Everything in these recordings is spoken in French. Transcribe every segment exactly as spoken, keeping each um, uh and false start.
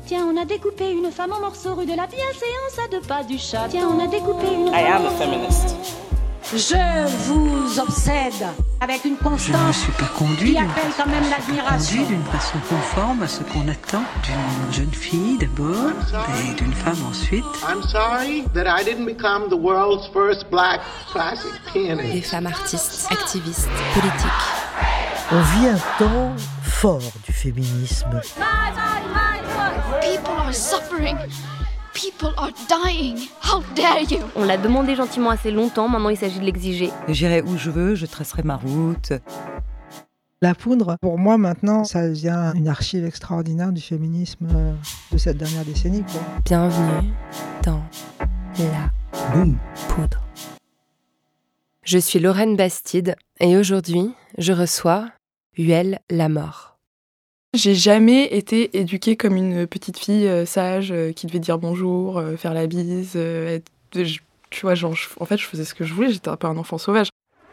Tiens, on a découpé une femme en morceaux rue de la bienséance à deux pas du chat. Tiens, on a découpé une I am a feminist. Je vous obsède avec une constance. Je ne suis pas conduit qui appelle quand même l'admiration. Conduit d'une façon conforme à ce qu'on attend d'une jeune fille d'abord et d'une femme ensuite. I'm sorry that I didn't become the world's first black classic pianist. Des femmes artistes, activistes, politiques. On vit un temps fort du féminisme. People are suffering. People are dying. How dare you? On l'a demandé gentiment assez longtemps, maintenant il s'agit de l'exiger. J'irai où je veux, je tracerai ma route. La poudre, pour moi maintenant, ça devient une archive extraordinaire du féminisme de cette dernière décennie, quoi. Bienvenue dans La Boum. Poudre. Je suis Lorraine Bastide et aujourd'hui, je reçois Huel Lamort. J'ai jamais été éduquée comme une petite fille euh, sage euh, qui devait dire bonjour, euh, faire la bise. Euh, être, je, tu vois, genre, je, en fait, je faisais ce que je voulais. J'étais un peu un enfant sauvage.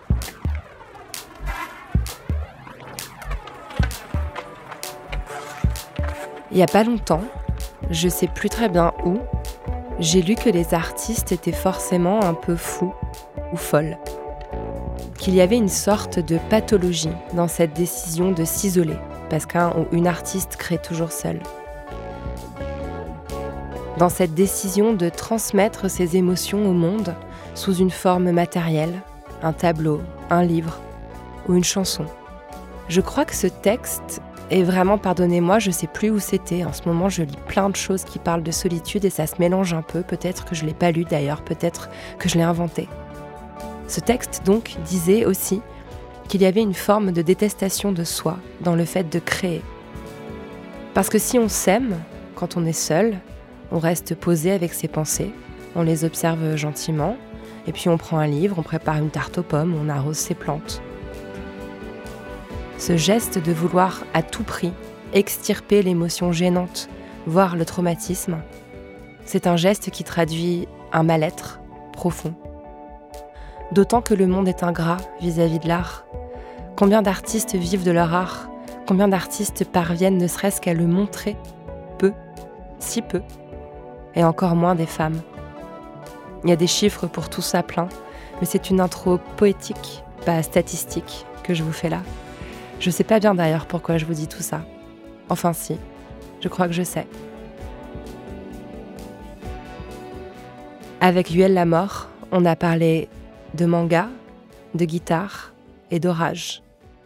Il y a pas longtemps, je sais plus très bien où, j'ai lu que les artistes étaient forcément un peu fous ou folles. Qu'il y avait une sorte de pathologie dans cette décision de s'isoler, parce qu'un ou une artiste crée toujours seul. Dans cette décision de transmettre ses émotions au monde sous une forme matérielle, un tableau, un livre ou une chanson. Je crois que ce texte est vraiment, pardonnez-moi, je sais plus où c'était. En ce moment, je lis plein de choses qui parlent de solitude et ça se mélange un peu. Peut-être que je l'ai pas lu d'ailleurs, peut-être que je l'ai inventé. Ce texte, donc, disait aussi qu'il y avait une forme de détestation de soi dans le fait de créer. Parce que si on s'aime, quand on est seul, on reste posé avec ses pensées, on les observe gentiment, et puis on prend un livre, on prépare une tarte aux pommes, on arrose ses plantes. Ce geste de vouloir à tout prix extirper l'émotion gênante, voire le traumatisme, c'est un geste qui traduit un mal-être profond. D'autant que le monde est ingrat vis-à-vis de l'art. Combien d'artistes vivent de leur art? Combien d'artistes parviennent ne serait-ce qu'à le montrer? Peu, si peu. Et encore moins des femmes. Il y a des chiffres pour tout ça plein, mais c'est une intro poétique, pas statistique, que je vous fais là. Je sais pas bien d'ailleurs pourquoi je vous dis tout ça. Enfin si, je crois que je sais. Avec Huel Lamort, on a parlé de manga, de guitare et d'orage.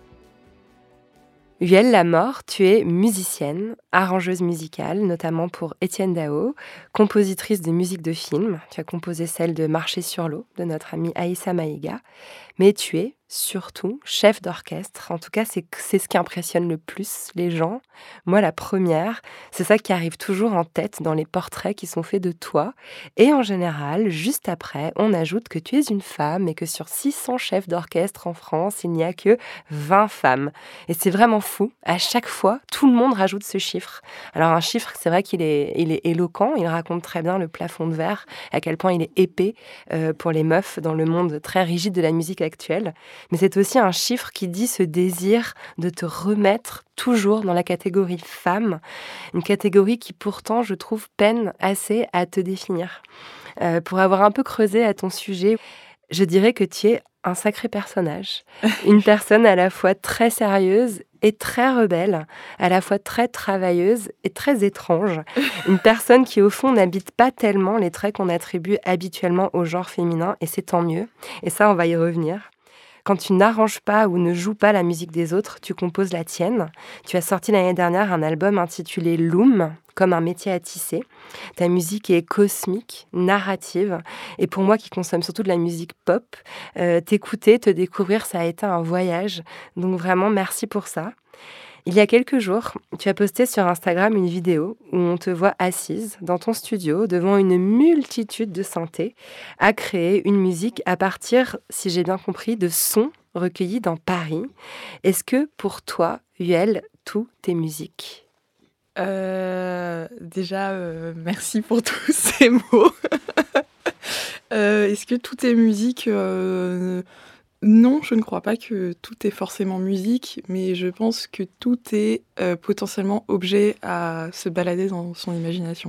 Huel Lamort, tu es musicienne, arrangeuse musicale, notamment pour Étienne Dao, compositrice de musique de film. Tu as composé celle de Marcher sur l'eau de notre amie Aïssa Maïga. Mais tu es surtout chef d'orchestre. En tout cas, c'est, c'est ce qui impressionne le plus les gens. Moi, la première, c'est ça qui arrive toujours en tête dans les portraits qui sont faits de toi. Et en général, juste après, on ajoute que tu es une femme et que sur six cents chefs d'orchestre en France, il n'y a que vingt femmes. Et c'est vraiment fou. À chaque fois, tout le monde rajoute ce chiffre. Alors un chiffre, c'est vrai qu'il est, il est éloquent. Il raconte très bien le plafond de verre, à quel point il est épais euh, pour les meufs dans le monde très rigide de la musique actuelle. Mais c'est aussi un chiffre qui dit ce désir de te remettre toujours dans la catégorie femme, une catégorie qui pourtant, je trouve, peine assez à te définir. Euh, pour avoir un peu creusé à ton sujet, je dirais que tu es un sacré personnage, une personne à la fois très sérieuse et très rebelle, à la fois très travailleuse et très étrange, une personne qui au fond n'habite pas tellement les traits qu'on attribue habituellement au genre féminin, et c'est tant mieux, et ça on va y revenir. Quand tu n'arranges pas ou ne joues pas la musique des autres, tu composes la tienne. Tu as sorti l'année dernière un album intitulé Loom, comme un métier à tisser. Ta musique est cosmique, narrative. Et pour moi qui consomme surtout de la musique pop, euh, t'écouter, te découvrir, ça a été un voyage. Donc vraiment, merci pour ça. Il y a quelques jours, tu as posté sur Instagram une vidéo où on te voit assise dans ton studio devant une multitude de synthés à créer une musique à partir, si j'ai bien compris, de sons recueillis dans Paris. Est-ce que pour toi, Huel, tout est musique ? euh, Déjà, euh, merci pour tous ces mots. euh, est-ce que tout est musique ? euh, Non, je ne crois pas que tout est forcément musique, mais je pense que tout est euh, potentiellement objet à se balader dans son imagination.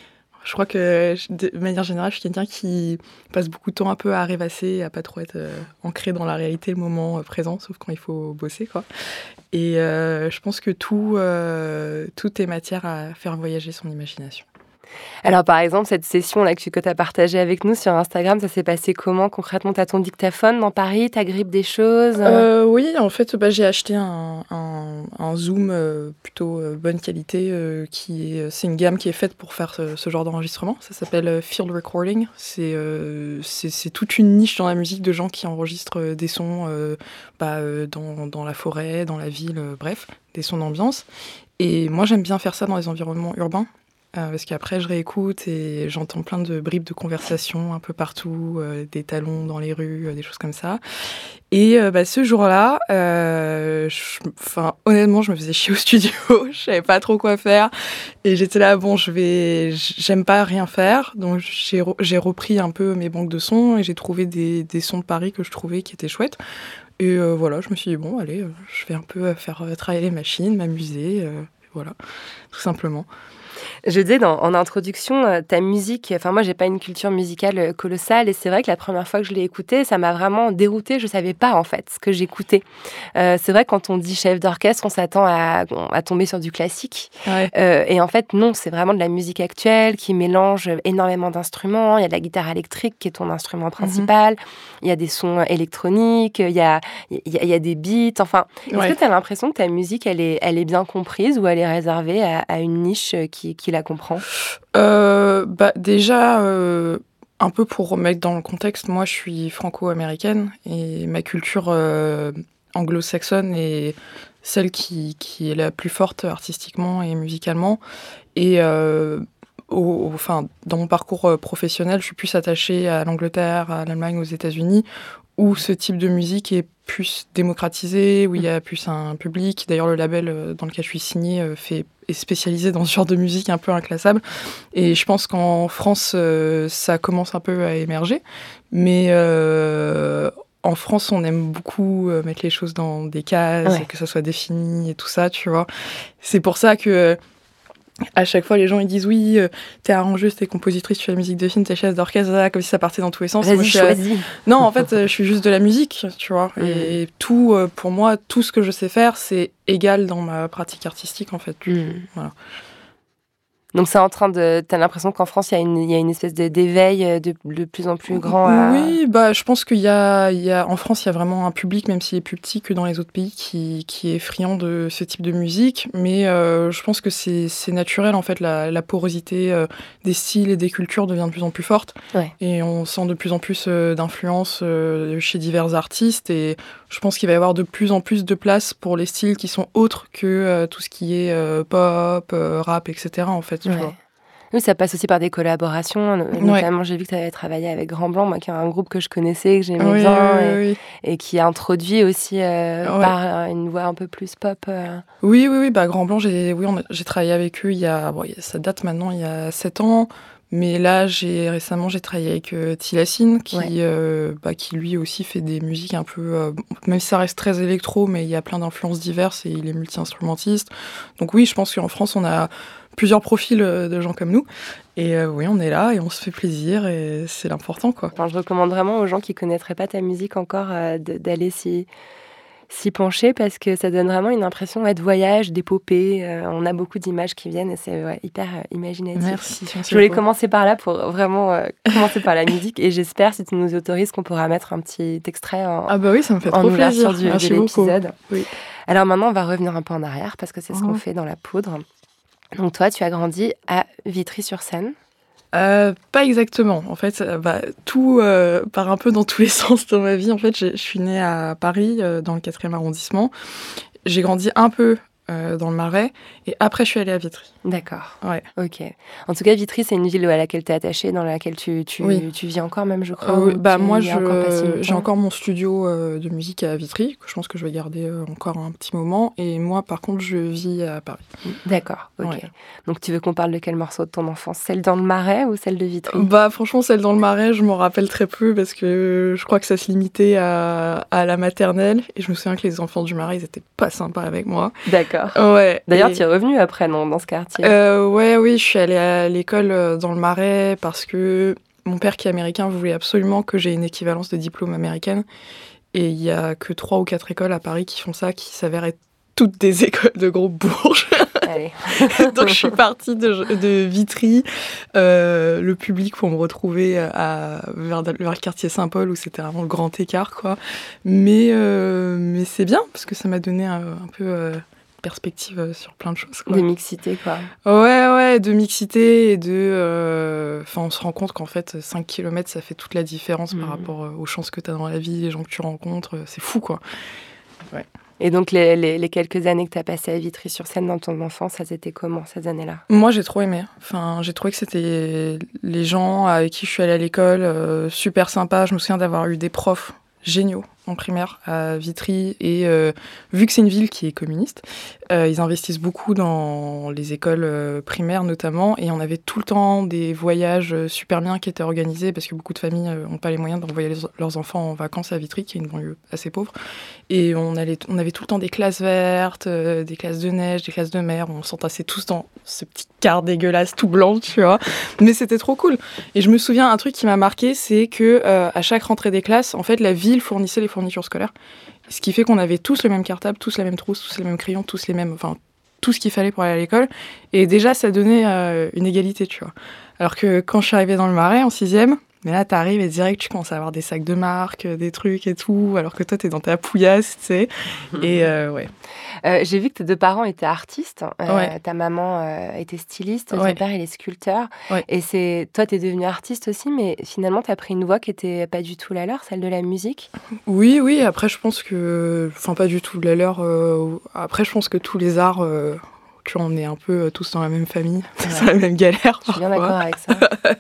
Je crois que, de manière générale, je suis quelqu'un qui passe beaucoup de temps un peu à rêvasser, à pas trop être euh, ancré dans la réalité, le moment euh, présent, sauf quand il faut bosser, quoi. Et euh, je pense que tout, euh, tout est matière à faire voyager son imagination. Alors, par exemple, cette session-là que tu as partagée avec nous sur Instagram, ça s'est passé comment concrètement? T'as ton dictaphone dans Paris, t'agrippes des choses? euh, Oui, en fait, bah, j'ai acheté un, un, un Zoom euh, plutôt euh, bonne qualité. Euh, qui est, c'est une gamme qui est faite pour faire ce, ce genre d'enregistrement. Ça s'appelle euh, Field Recording. C'est, euh, c'est, c'est toute une niche dans la musique de gens qui enregistrent euh, des sons euh, bah, euh, dans, dans la forêt, dans la ville, euh, bref, des sons d'ambiance. Et moi, j'aime bien faire ça dans les environnements urbains. Euh, parce qu'après, je réécoute et j'entends plein de bribes de conversation un peu partout, euh, des talons dans les rues, euh, des choses comme ça. Et euh, bah, ce jour-là, euh, honnêtement, je me faisais chier au studio, je savais pas trop quoi faire. Et j'étais là, bon, je vais, j'aime pas rien faire. Donc j'ai, re- j'ai repris un peu mes banques de sons et j'ai trouvé des, des sons de Paris que je trouvais qui étaient chouettes. Et euh, voilà, je me suis dit, bon, allez, euh, je vais un peu faire euh, travailler les machines, m'amuser, euh, voilà, tout simplement. Je disais dans, en introduction, euh, ta musique, enfin moi j'ai pas une culture musicale euh, colossale et c'est vrai que la première fois que je l'ai écoutée, ça m'a vraiment déroutée, je savais pas en fait ce que j'écoutais. Euh, c'est vrai que quand on dit chef d'orchestre, on s'attend à, à tomber sur du classique. Ouais. Euh, et en fait non, c'est vraiment de la musique actuelle qui mélange énormément d'instruments. Il y a de la guitare électrique qui est ton instrument principal, mm-hmm. il y a des sons électroniques, il y a, il y a, il y a des beats, enfin. Est-ce ouais. que tu as l'impression que ta musique, elle est, elle est bien comprise ou elle est réservée à, à une niche qui qui la comprend? euh, bah Déjà, euh, un peu pour remettre dans le contexte, moi je suis franco-américaine et ma culture euh, anglo-saxonne est celle qui, qui est la plus forte artistiquement et musicalement. Et euh, au, au, enfin, dans mon parcours professionnel, je suis plus attachée à l'Angleterre, à l'Allemagne, aux États-Unis, où ce type de musique est plus démocratisé, où il y a plus un public. D'ailleurs, le label dans lequel je suis signée fait, est spécialisé dans ce genre de musique un peu inclassable. Et je pense qu'en France, euh, ça commence un peu à émerger. Mais euh, en France, on aime beaucoup euh, mettre les choses dans des cases, ouais. que ça soit défini et tout ça, tu vois. C'est pour ça que... À chaque fois, les gens ils disent oui, euh, t'es arrangeuse, t'es compositrice, tu fais la musique de film, t'es chef d'orchestre, là, comme si ça partait dans tous les sens. Vas-y, moi, je choisis. À... Non, en fait, euh, je suis juste de la musique, tu vois. Mm. Et tout, euh, pour moi, tout ce que je sais faire, c'est égal dans ma pratique artistique, en fait. Mm. Voilà. Donc c'est en train de... T'as l'impression qu'en France, il y a une, il y a une espèce de, d'éveil de, de plus en plus grand à... Oui, bah, je pense qu'il y a, il y a... En France, il y a vraiment un public, même s'il est plus petit que dans les autres pays, qui, qui est friand de ce type de musique. Mais euh, je pense que c'est, c'est naturel, en fait. La, la porosité euh, des styles et des cultures devient de plus en plus forte. Ouais. Et on sent de plus en plus euh, d'influence euh, chez divers artistes. Et je pense qu'il va y avoir de plus en plus de place pour les styles qui sont autres que euh, tout ce qui est euh, pop, euh, rap, et cetera, en fait. Ouais. Oui, ça passe aussi par des collaborations. Notamment, ouais. j'ai vu que tu avais travaillé avec Grand Blanc, moi, qui est un groupe que je connaissais, que j'aimais oui, bien, oui, et, oui. et qui a introduit aussi euh, ouais. par une voix un peu plus pop. Euh. Oui, oui, oui. Bah, Grand Blanc, j'ai, oui, on a, j'ai travaillé avec eux il y a, bon, ça date maintenant, il y a sept ans. Mais là, j'ai, récemment, j'ai travaillé avec euh, Tilassine, qui, ouais. euh, bah, qui lui aussi fait des musiques un peu... Euh, même si ça reste très électro, mais il y a plein d'influences diverses et il est multi-instrumentiste. Donc oui, je pense qu'en France, on a plusieurs profils de gens comme nous. Et euh, oui, on est là et on se fait plaisir et c'est l'important, quoi. Enfin, je recommande vraiment aux gens qui ne connaîtraient pas ta musique encore euh, de, d'aller s'y... s'y pencher parce que ça donne vraiment une impression ouais, de voyage, d'épopée. Euh, on a beaucoup d'images qui viennent et c'est ouais, hyper euh, imaginatif. Merci. Je voulais commencer par là pour vraiment euh, commencer par la musique et j'espère, si tu nous autorises, qu'on pourra mettre un petit extrait en, ah bah oui, ça me fait trop plaisir. Du, de l'épisode. Oui. Alors maintenant, on va revenir un peu en arrière parce que c'est ce mmh. qu'on fait dans la poudre. Donc toi, tu as grandi à Vitry-sur-Seine. Euh, pas exactement. En fait, bah, tout euh, part un peu dans tous les sens dans ma vie. En fait, je suis née à Paris, euh, dans le quatrième arrondissement. J'ai grandi un peu euh, dans le Marais. Et après, je suis allée à Vitry. D'accord. Ouais. Ok. En tout cas, Vitry, c'est une ville à laquelle tu es attachée, dans laquelle tu, tu, oui. tu vis encore même, je crois. Euh, bah, moi, je, encore j'ai encore mon studio euh, de musique à Vitry, que je pense que je vais garder euh, encore un petit moment. Et moi, par contre, je vis à Paris. D'accord. Ok. Ouais. Donc, tu veux qu'on parle de quel morceau de ton enfance ? Celle dans le Marais ou celle de Vitry ? Bah, franchement, celle dans le Marais, je m'en rappelle très peu parce que je crois que ça se limitait à, à la maternelle. Et je me souviens que les enfants du Marais, ils étaient pas sympas avec moi. D'accord. Ouais. D'ailleurs, et... tu es revenue après, non, dans ce quartier ? euh, Ouais, oui, je suis allée à l'école dans le Marais parce que mon père, qui est américain, voulait absolument que j'ai une équivalence de diplôme américaine. Et il y a que trois ou quatre écoles à Paris qui font ça, qui s'avèrent être toutes des écoles de gros bourges. Allez. Donc je suis partie de, de Vitry, euh, le public pour me retrouver à, vers, vers le quartier Saint-Paul où c'était vraiment le grand écart, quoi. Mais, euh, mais c'est bien parce que ça m'a donné un, un peu euh, perspective sur plein de choses, quoi. De mixité, quoi. Ouais, ouais, de mixité et de... Enfin, euh, on se rend compte qu'en fait, cinq kilomètres, ça fait toute la différence mmh. par rapport aux chances que tu as dans la vie, les gens que tu rencontres. C'est fou, quoi. Ouais. Et donc, les, les, les quelques années que tu as passées à Vitry-sur-Seine dans ton enfance, ça c'était comment, ces années-là ? Moi, j'ai trop aimé. Enfin, j'ai trouvé que c'était les gens avec qui je suis allée à l'école, euh, super sympas. Je me souviens d'avoir eu des profs géniaux en primaire à Vitry. Et euh, vu que c'est une ville qui est communiste, euh, ils investissent beaucoup dans les écoles euh, primaires notamment. Et on avait tout le temps des voyages super bien qui étaient organisés parce que beaucoup de familles n'ont euh, pas les moyens d'envoyer les, leurs enfants en vacances à Vitry, qui est une banlieue assez pauvre. Et on, allait, on avait tout le temps des classes vertes, euh, des classes de neige, des classes de mer. On s'entassait tous dans ce petit quart dégueulasse tout blanc, tu vois. Mais c'était trop cool. Et je me souviens, un truc qui m'a marqué, c'est que euh, à chaque rentrée des classes, en fait, la ville fournissait les fournitures scolaires. Ce qui fait qu'on avait tous le même cartable, tous la même trousse, tous les mêmes crayons, tous les mêmes... Enfin, tout ce qu'il fallait pour aller à l'école. Et déjà, ça donnait euh, une égalité, tu vois. Alors que quand je suis arrivée dans le Marais, en sixième... Mais là, t'arrives et direct, tu commences à avoir des sacs de marque, des trucs et tout, alors que toi, t'es dans ta pouillasse, tu sais. Et euh, ouais. Euh, j'ai vu que tes deux parents étaient artistes. Euh, ouais. Ta maman euh, était styliste, ouais. ton père, il est sculpteur. Ouais. Et c'est... toi, t'es devenue artiste aussi, mais finalement, t'as pris une voie qui était pas du tout la leur, celle de la musique. Oui, oui. Après, je pense que... Enfin, pas du tout la leur. Euh... Après, je pense que tous les arts... Euh... Tu vois, on est un peu tous dans la même famille, ouais. C'est la même galère. Je suis bien d'accord avec ça.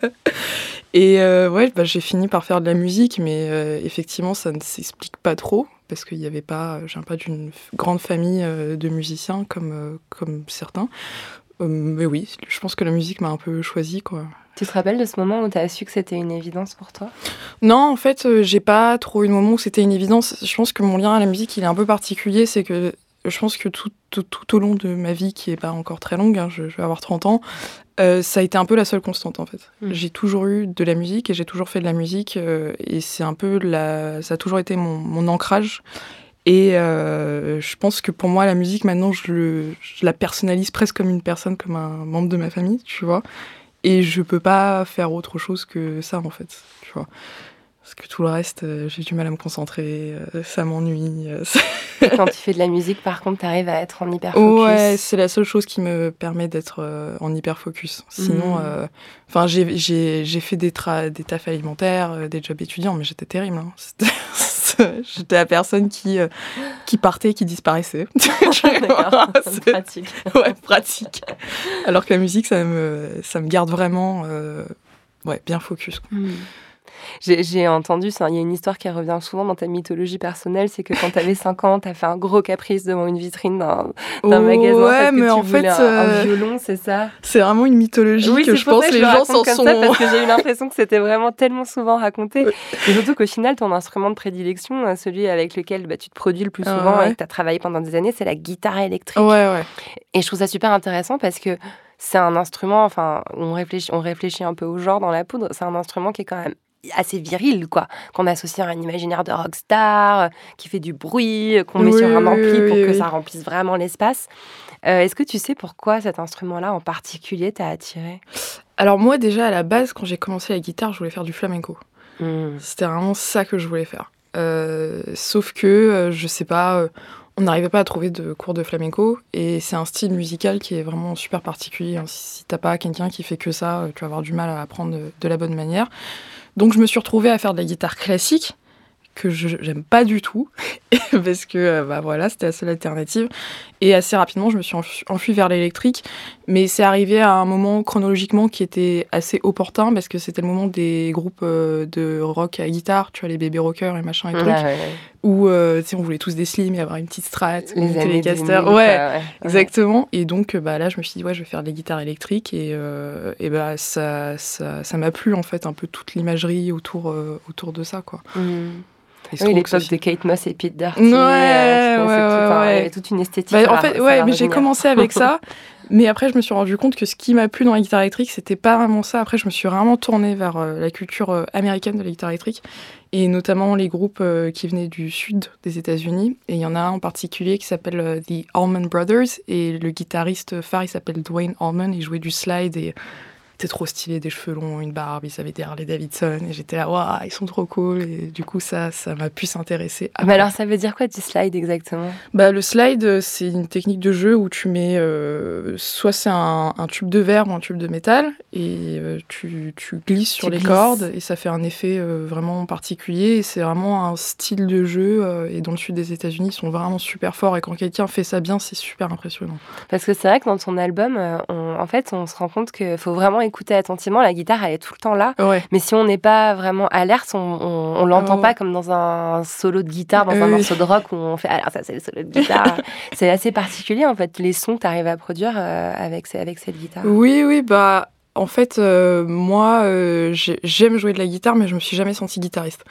Et euh, ouais, bah, j'ai fini par faire de la musique, mais euh, effectivement, ça ne s'explique pas trop, parce qu'il n'y avait pas, je viens pas d'une grande famille euh, de musiciens comme, euh, comme certains. Euh, mais oui, je pense que la musique m'a un peu choisie, quoi. Tu te rappelles de ce moment où tu as su que c'était une évidence pour toi ? Non, en fait, euh, j'ai pas trop eu de moment où c'était une évidence. Je pense que mon lien à la musique, il est un peu particulier, c'est que je pense que tout, tout, tout au long de ma vie, qui n'est pas encore très longue, hein, je, je vais avoir trente ans, euh, ça a été un peu la seule constante, en fait. Mmh. J'ai toujours eu de la musique et j'ai toujours fait de la musique. Euh, et c'est un peu la... ça a toujours été mon, mon ancrage. Et euh, je pense que pour moi, la musique, maintenant, je, le, je la personnalise presque comme une personne, comme un membre de ma famille, tu vois. Et je peux pas faire autre chose que ça, en fait, tu vois. Parce que tout le reste, euh, j'ai du mal à me concentrer, euh, ça m'ennuie. Euh, Et quand tu fais de la musique, par contre, tu arrives à être en hyper focus. Ouais, c'est la seule chose qui me permet d'être euh, en hyper focus. Sinon, mmh. euh, j'ai, j'ai, j'ai fait des, tra- des tafs alimentaires, euh, des jobs étudiants, mais j'étais terrible. Hein. C'était, j'étais la personne qui, euh, qui partait et qui disparaissait. D'accord, c'est pratique. Ouais, pratique. Alors que la musique, ça me, ça me garde vraiment euh, ouais, bien focus, quoi. Mmh. J'ai, j'ai entendu, il y a une histoire qui revient souvent dans ta mythologie personnelle, c'est que quand tu avais cinq ans, tu as fait un gros caprice devant une vitrine d'un, d'un oh, magasin ouais, parce que mais tu en voulais fait, un, euh... un violon, c'est ça ? C'est vraiment une mythologie oui, que je pense que les gens s'en sont... ça parce que j'ai eu l'impression que c'était vraiment tellement souvent raconté. Et surtout qu'au final, ton instrument de prédilection, celui avec lequel bah, tu te produis le plus souvent euh, ouais. et que tu as travaillé pendant des années, c'est la guitare électrique. Ouais, ouais. Et je trouve ça super intéressant parce que c'est un instrument, enfin, on réfléchit, on réfléchit un peu au genre dans la poudre, c'est un instrument qui est quand même assez viril, quoi, qu'on associe à un imaginaire de rockstar, qui fait du bruit, qu'on met oui, sur un ampli oui, pour oui, que oui. ça remplisse vraiment l'espace. Euh, est-ce que tu sais pourquoi cet instrument-là en particulier t'a attiré ? Alors moi, déjà, à la base, quand j'ai commencé la guitare, je voulais faire du flamenco. Mmh. C'était vraiment ça que je voulais faire. Euh, sauf que, euh, je sais pas... Euh, on n'arrivait pas à trouver de cours de flamenco et c'est un style musical qui est vraiment super particulier. Si t'as pas quelqu'un qui fait que ça, tu vas avoir du mal à apprendre de, de la bonne manière. Donc je me suis retrouvée à faire de la guitare classique que je, j'aime pas du tout, parce que euh, bah, voilà, c'était la seule alternative. Et assez rapidement, je me suis enfuie enfui vers l'électrique. Mais c'est arrivé à un moment chronologiquement qui était assez opportun, parce que c'était le moment des groupes euh, de rock à guitare, tu vois, les bébés rockers et machin et trucs, Ah, ouais, ouais. où euh, on voulait tous des slims et avoir une petite strat, Les une années Telecaster. deux mille, Ouais, quoi, ouais. exactement. Et donc bah, là, je me suis dit, ouais, je vais faire des guitares électriques. Et, euh, et bah, ça, ça, ça m'a plu, en fait, un peu toute l'imagerie autour, euh, autour de ça, quoi. Mmh. Et Oui, l'époque Strokes de Kate Moss et Pete Doherty. Ouais, euh, ouais, c'est tout un- ouais. Il y avait toute une esthétique. Bah, ça en va- fait, ça ouais, va mais j'ai revenir. commencé avec ça. Mais après, je me suis rendu compte que ce qui m'a plu dans la guitare électrique, c'était pas vraiment ça. Après, je me suis vraiment tournée vers euh, la culture euh, américaine de la guitare électrique, et notamment les groupes euh, qui venaient du sud des États-Unis. Et il y en a un en particulier qui s'appelle euh, The Allman Brothers, et le guitariste phare, il s'appelle Dwayne Allman. Il jouait du slide et c'était trop stylé, des cheveux longs, une barbe, ils avaient des Harley Davidson, et j'étais là, waouh, ils sont trop cool. Et du coup, ça, ça m'a pu s'intéresser. Mais Après. alors, ça veut dire quoi du slide exactement? Bah, le slide, c'est une technique de jeu où tu mets, euh, soit c'est un, un tube de verre ou un tube de métal, et euh, tu, tu glisses sur Tu les glisses. cordes, et ça fait un effet euh, vraiment particulier. Et c'est vraiment un style de jeu, euh, et dans le sud des États-Unis, ils sont vraiment super forts, et quand quelqu'un fait ça bien, c'est super impressionnant. Parce que c'est vrai que dans ton album, euh, on- en fait, on se rend compte qu'il faut vraiment écouter attentivement. La guitare, elle est tout le temps là. Ouais. Mais si on n'est pas vraiment alerte, on, on, on l'entend Oh. pas comme dans un solo de guitare, dans Euh, un oui. morceau de rock où on fait alors ça c'est le solo de guitare. C'est assez particulier en fait les sons que tu arrives à produire euh, avec ce- avec cette guitare. Oui, oui, bah, en fait, euh, moi, euh, j'ai- j'aime jouer de la guitare, mais je me suis jamais sentie guitariste.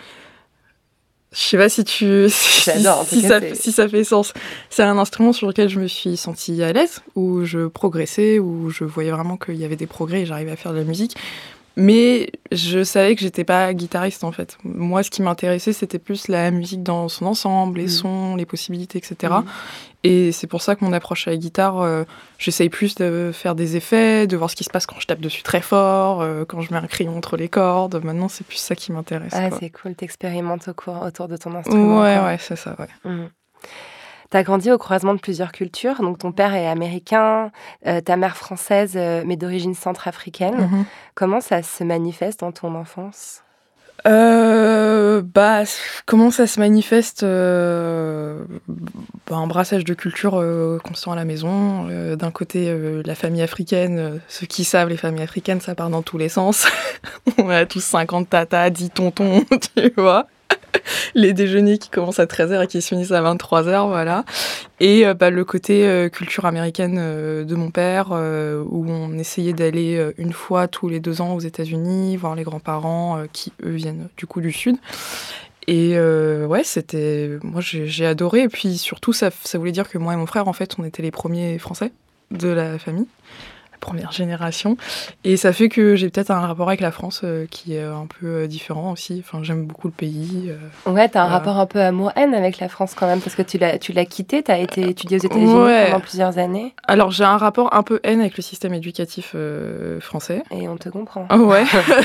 Je sais pas si tu si, J'adore, en tout si cas, ça, c'est- si ça fait sens. C'est un instrument sur lequel je me suis sentie à l'aise, où je progressais, où je voyais vraiment qu'il y avait des progrès et j'arrivais à faire de la musique. Mais je savais que j'étais pas guitariste, en fait. Moi, ce qui m'intéressait, c'était plus la musique dans son ensemble, les Mm. sons, les possibilités, et cetera. Mm. Et c'est pour ça que mon approche à la guitare, euh, j'essaye plus de faire des effets, de voir ce qui se passe quand je tape dessus très fort, euh, quand je mets un crayon entre les cordes. Maintenant, c'est plus ça qui m'intéresse. Ah quoi. c'est cool, t'expérimentes au cours, autour de ton instrument. Ouais, quoi. ouais, c'est ça, ouais. Mm. T'as grandi au croisement de plusieurs cultures, donc ton père est américain, euh, ta mère française, euh, mais d'origine centrafricaine. Mhm. Comment ça se manifeste dans ton enfance? Euh, bah, comment ça se manifeste euh, bah, un brassage de culture euh, constant à la maison. Euh, d'un côté, euh, la famille africaine. Euh, ceux qui savent, les familles africaines, ça part dans tous les sens. On a tous cinquante tatas, dix tontons, tu vois. Les déjeuners qui commencent à treize heures et qui se finissent à vingt-trois heures, voilà. Et euh, bah, le côté euh, culture américaine euh, de mon père, euh, où on essayait d'aller euh, une fois tous les deux ans aux États-Unis, voir les grands-parents euh, qui, eux, viennent du coup du Sud. Et euh, ouais, c'était... Moi, j'ai, j'ai adoré. Et puis surtout, ça, ça voulait dire que moi et mon frère, en fait, on était les premiers Français de la famille. Première génération, et ça fait que j'ai peut-être un rapport avec la France euh, qui est un peu euh, différent aussi. Enfin, j'aime beaucoup le pays. Euh, Ouais, t'as un voilà. rapport un peu amour-haine avec la France quand même, parce que tu l'as, tu l'as quitté, t'as été étudié aux États-Unis Ouais. pendant plusieurs années, Alors, j'ai un rapport un peu haine avec le système éducatif euh, français. et on te comprend. Ah ouais.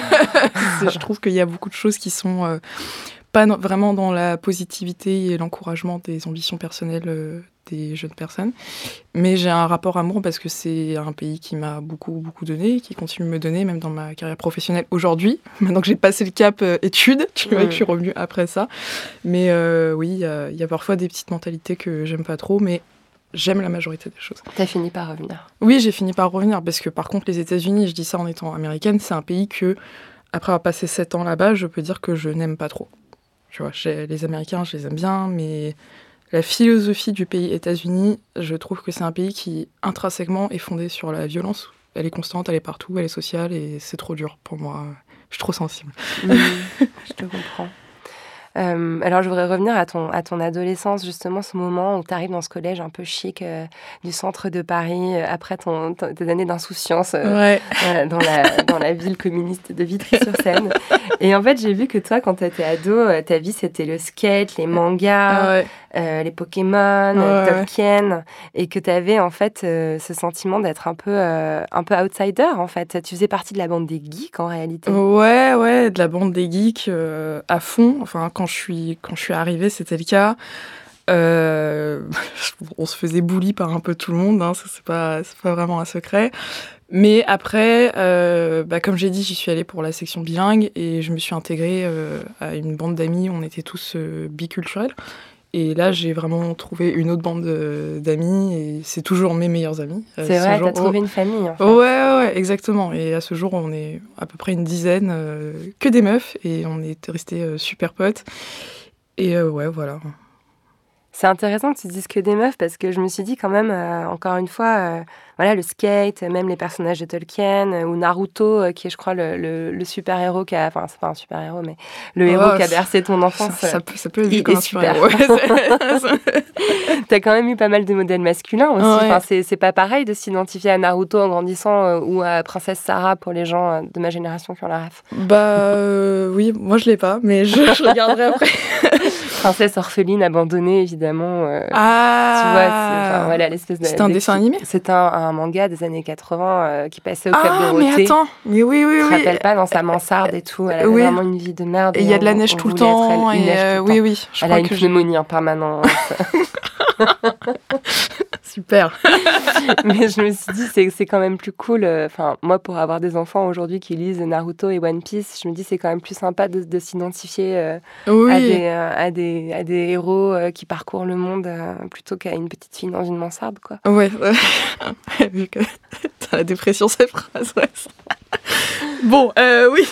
C'est- je trouve qu'il y a beaucoup de choses qui sont euh, pas no- vraiment dans la positivité et l'encouragement des ambitions personnelles euh, des jeunes personnes. Mais j'ai un rapport amour parce que c'est un pays qui m'a beaucoup, beaucoup donné, qui continue de me donner, même dans ma carrière professionnelle aujourd'hui. Maintenant que j'ai passé le cap euh, études, tu vois, Mm. que je suis revenue après ça. Mais euh, oui, il y, a- il y a parfois des petites mentalités que j'aime pas trop, mais j'aime la majorité des choses. T'as fini par revenir. Oui, j'ai fini par revenir parce que par contre, les États-Unis, je dis ça en étant américaine, c'est un pays que, après avoir passé sept ans là-bas, je peux dire que je n'aime pas trop. Tu vois, j'ai- les Américains, je les aime bien, mais la philosophie du pays États-Unis, je trouve que c'est un pays qui, intrinsèquement, est fondé sur la violence. Elle est constante, elle est partout, elle est sociale, et c'est trop dur pour moi. Je suis trop sensible. Mm. Je te comprends. Euh, alors, je voudrais revenir à ton, à ton adolescence, justement, ce moment où tu arrives dans ce collège un peu chic euh, du centre de Paris, euh, après ton, ton- tes années d'insouciance euh, Ouais. euh, dans, la, dans la ville communiste de Vitry-sur-Seine. Et en fait, j'ai vu que toi, quand tu étais ado, euh, ta vie, c'était le skate, les mangas, Ah ouais. euh, les Pokémon, euh, Ouais, ouais. Tolkien, et que tu avais en fait euh, ce sentiment d'être un peu, euh, un peu outsider, en fait. Tu faisais partie de la bande des geeks, en réalité. Ouais, ouais, de la bande des geeks euh, à fond. Enfin, quand je suis, quand je suis arrivée, c'était le cas. Euh, on se faisait bully par un peu tout le monde, hein, ça c'est pas, c'est pas vraiment un secret. Mais après, euh, bah, comme j'ai dit, j'y suis allée pour la section bilingue et je me suis intégrée euh, à une bande d'amis. On était tous euh, biculturels. Et là, j'ai vraiment trouvé une autre bande de, d'amis et c'est toujours mes meilleurs amis. C'est vrai, t'as trouvé une famille, en fait. Ouais, ouais, exactement. Et à ce jour, on est à peu près une dizaine, euh, que des meufs, et on est restés euh, super potes. Et euh, ouais, voilà. C'est intéressant que tu dises que des meufs parce que je me suis dit quand même, euh, encore une fois, euh, voilà, le skate, même les personnages de Tolkien euh, ou Naruto, euh, qui est, je crois, le, le, le super-héros qui a... Enfin, c'est pas un super-héros, mais le héros oh, qui a bercé ton enfance. Ça, ça, peut, ça peut être vu comme un super-héros. T'as quand même eu pas mal de modèles masculins aussi. Ouais. Enfin, c'est, c'est pas pareil de s'identifier à Naruto en grandissant euh, ou à Princesse Sarah pour les gens euh, de ma génération qui ont la ref. Bah euh, oui, moi je l'ai pas, mais je, je regarderai après. Princesse orpheline abandonnée, évidemment. Euh, ah tu vois, c'est, enfin, voilà, l'espèce de... C'est un dessin animé. C'est un, un manga des années quatre-vingts euh, qui passait au Club ah, Dorothée. Ah, mais attends, mais oui, oui, oui. Tu te rappelles pas, dans sa mansarde et tout, elle avait oui. vraiment une vie de merde. Et il y a de la neige tout le temps. Elle, et euh, oui, oui. Je elle a une pneumonie en permanence. Super. Mais je me suis dit, c'est, c'est quand même plus cool. Enfin, euh, moi, pour avoir des enfants aujourd'hui qui lisent Naruto et One Piece, je me dis c'est quand même plus sympa de, de s'identifier euh, oui. à, des, euh, à, des, à des héros euh, qui parcourent le monde euh, plutôt qu'à une petite fille dans une mansarde, quoi. Ouais, ouais. Vu que t'as la dépression, ces phrases, ouais. Bon, euh, oui.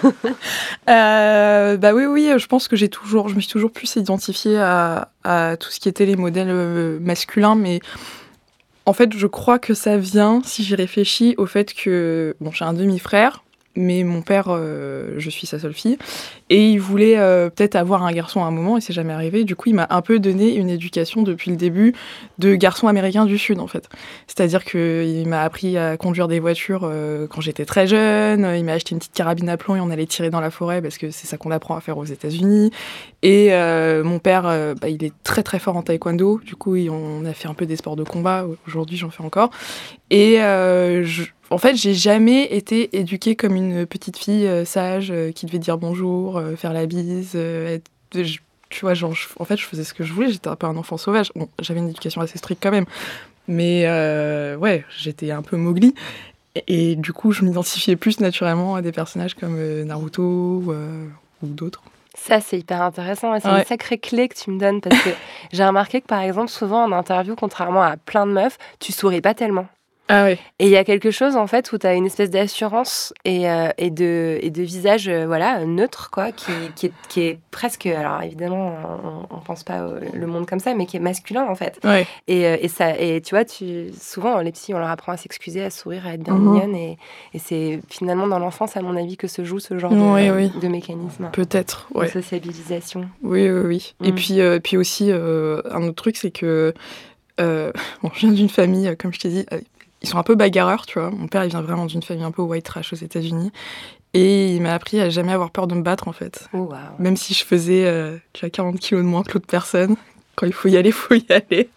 euh, bah oui, oui, je pense que j'ai toujours, je me suis toujours plus identifiée à, à tout ce qui était les modèles euh, masculins, mais en fait, je crois que ça vient, si j'y réfléchis, au fait que, bon, j'ai un demi-frère, mais mon père, euh, je suis sa seule fille, et il voulait euh, peut-être avoir un garçon à un moment, et c'est jamais arrivé. Du coup, il m'a un peu donné une éducation depuis le début de garçon américain du Sud, en fait. C'est-à-dire qu'il m'a appris à conduire des voitures euh, quand j'étais très jeune, il m'a acheté une petite carabine à plomb et on allait tirer dans la forêt, parce que c'est ça qu'on apprend à faire aux États-Unis. Et euh, mon père, euh, bah, il est très très fort en taekwondo, du coup, on a fait un peu des sports de combat, aujourd'hui j'en fais encore. Et euh, je... En fait, j'ai jamais été éduquée comme une petite fille euh, sage euh, qui devait dire bonjour, euh, faire la bise. Euh, être, je, tu vois, genre, je, en fait, je faisais ce que je voulais. J'étais un peu un enfant sauvage. Bon, j'avais une éducation assez stricte quand même, mais euh, ouais, j'étais un peu Mowgli. Et, et du coup, je m'identifiais plus naturellement à des personnages comme euh, Naruto euh, ou d'autres. Ça, c'est hyper intéressant. C'est ouais. une sacrée clé que tu me donnes parce que j'ai remarqué que, par exemple, souvent en interview, contrairement à plein de meufs, tu souris pas tellement. Ah oui. Et il y a quelque chose, en fait, où tu as une espèce d'assurance et, euh, et, de, et de visage euh, voilà, neutre, quoi, qui, qui, est, qui est presque... Alors, évidemment, on ne pense pas au, le monde comme ça, mais qui est masculin, en fait. Ouais. Et, euh, et, ça, et tu vois, tu, souvent, les psys, on leur apprend à s'excuser, à sourire, à être bien mmh. mignonne. Et, et c'est finalement dans l'enfance, à mon avis, que se joue ce genre oui, de, oui. de mécanisme. Peut-être, ouais. De sociabilisation. Oui, oui, oui. Mmh. Et puis, euh, puis aussi, euh, un autre truc, c'est que... Euh, bon, je viens d'une famille, comme je t'ai dit... Euh, ils sont un peu bagarreurs, tu vois. Mon père, il vient vraiment d'une famille un peu white trash aux États-Unis. Et il m'a appris à jamais avoir peur de me battre, en fait. Oh, wow. Même si je faisais euh, tu vois, quarante kilos de moins que l'autre personne. Quand il faut y aller, il faut y aller.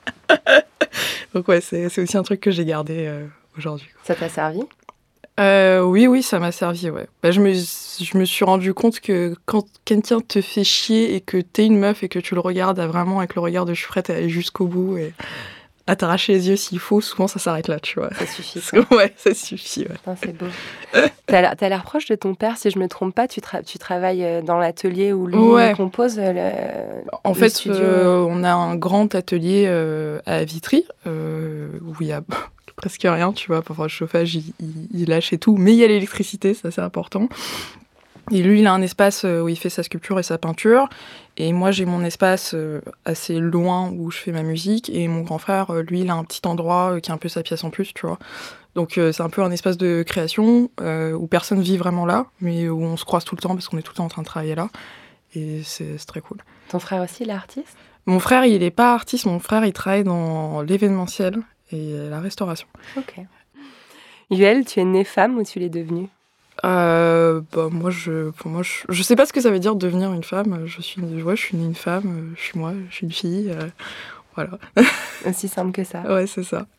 Donc ouais, c'est, c'est aussi un truc que j'ai gardé euh, aujourd'hui. Ça t'a servi ? euh, Oui, oui, ça m'a servi, ouais. Bah, je, me, je me suis rendu compte que quand quelqu'un te fait chier et que t'es une meuf et que tu le regardes à vraiment avec le regard de je suis prête à aller jusqu'au bout et... à t'arracher les yeux s'il faut, souvent ça s'arrête là, tu vois. Ça suffit. Ça. Ouais, ça suffit, ouais. Putain, c'est beau. T'as l'air, t'as l'air proche de ton père, si je me trompe pas, tu, tra- tu travailles dans l'atelier où lui ouais. compose le, En le fait, studio. Euh, on a un grand atelier euh, à Vitry, euh, où il y a presque rien, tu vois, pour faire le chauffage, il, il, il lâche et tout, mais il y a l'électricité, ça c'est important. Et lui, il a un espace où il fait sa sculpture et sa peinture. Et moi, j'ai mon espace assez loin où je fais ma musique. Et mon grand frère, lui, il a un petit endroit qui est un peu sa pièce en plus, tu vois. Donc, c'est un peu un espace de création euh, où personne vit vraiment là, mais où on se croise tout le temps parce qu'on est tout le temps en train de travailler là. Et c'est, c'est très cool. Ton frère aussi, il est artiste ? Mon frère, il n'est pas artiste. Mon frère, il travaille dans l'événementiel et la restauration. Ok. Yuel, tu es née femme ou tu l'es devenue ? Euh, bah, moi, je, pour moi, je, je sais pas ce que ça veut dire devenir une femme. Je suis, ouais, je suis une femme, je suis moi, je suis une fille, euh, voilà. Aussi simple que ça. Ouais, c'est ça.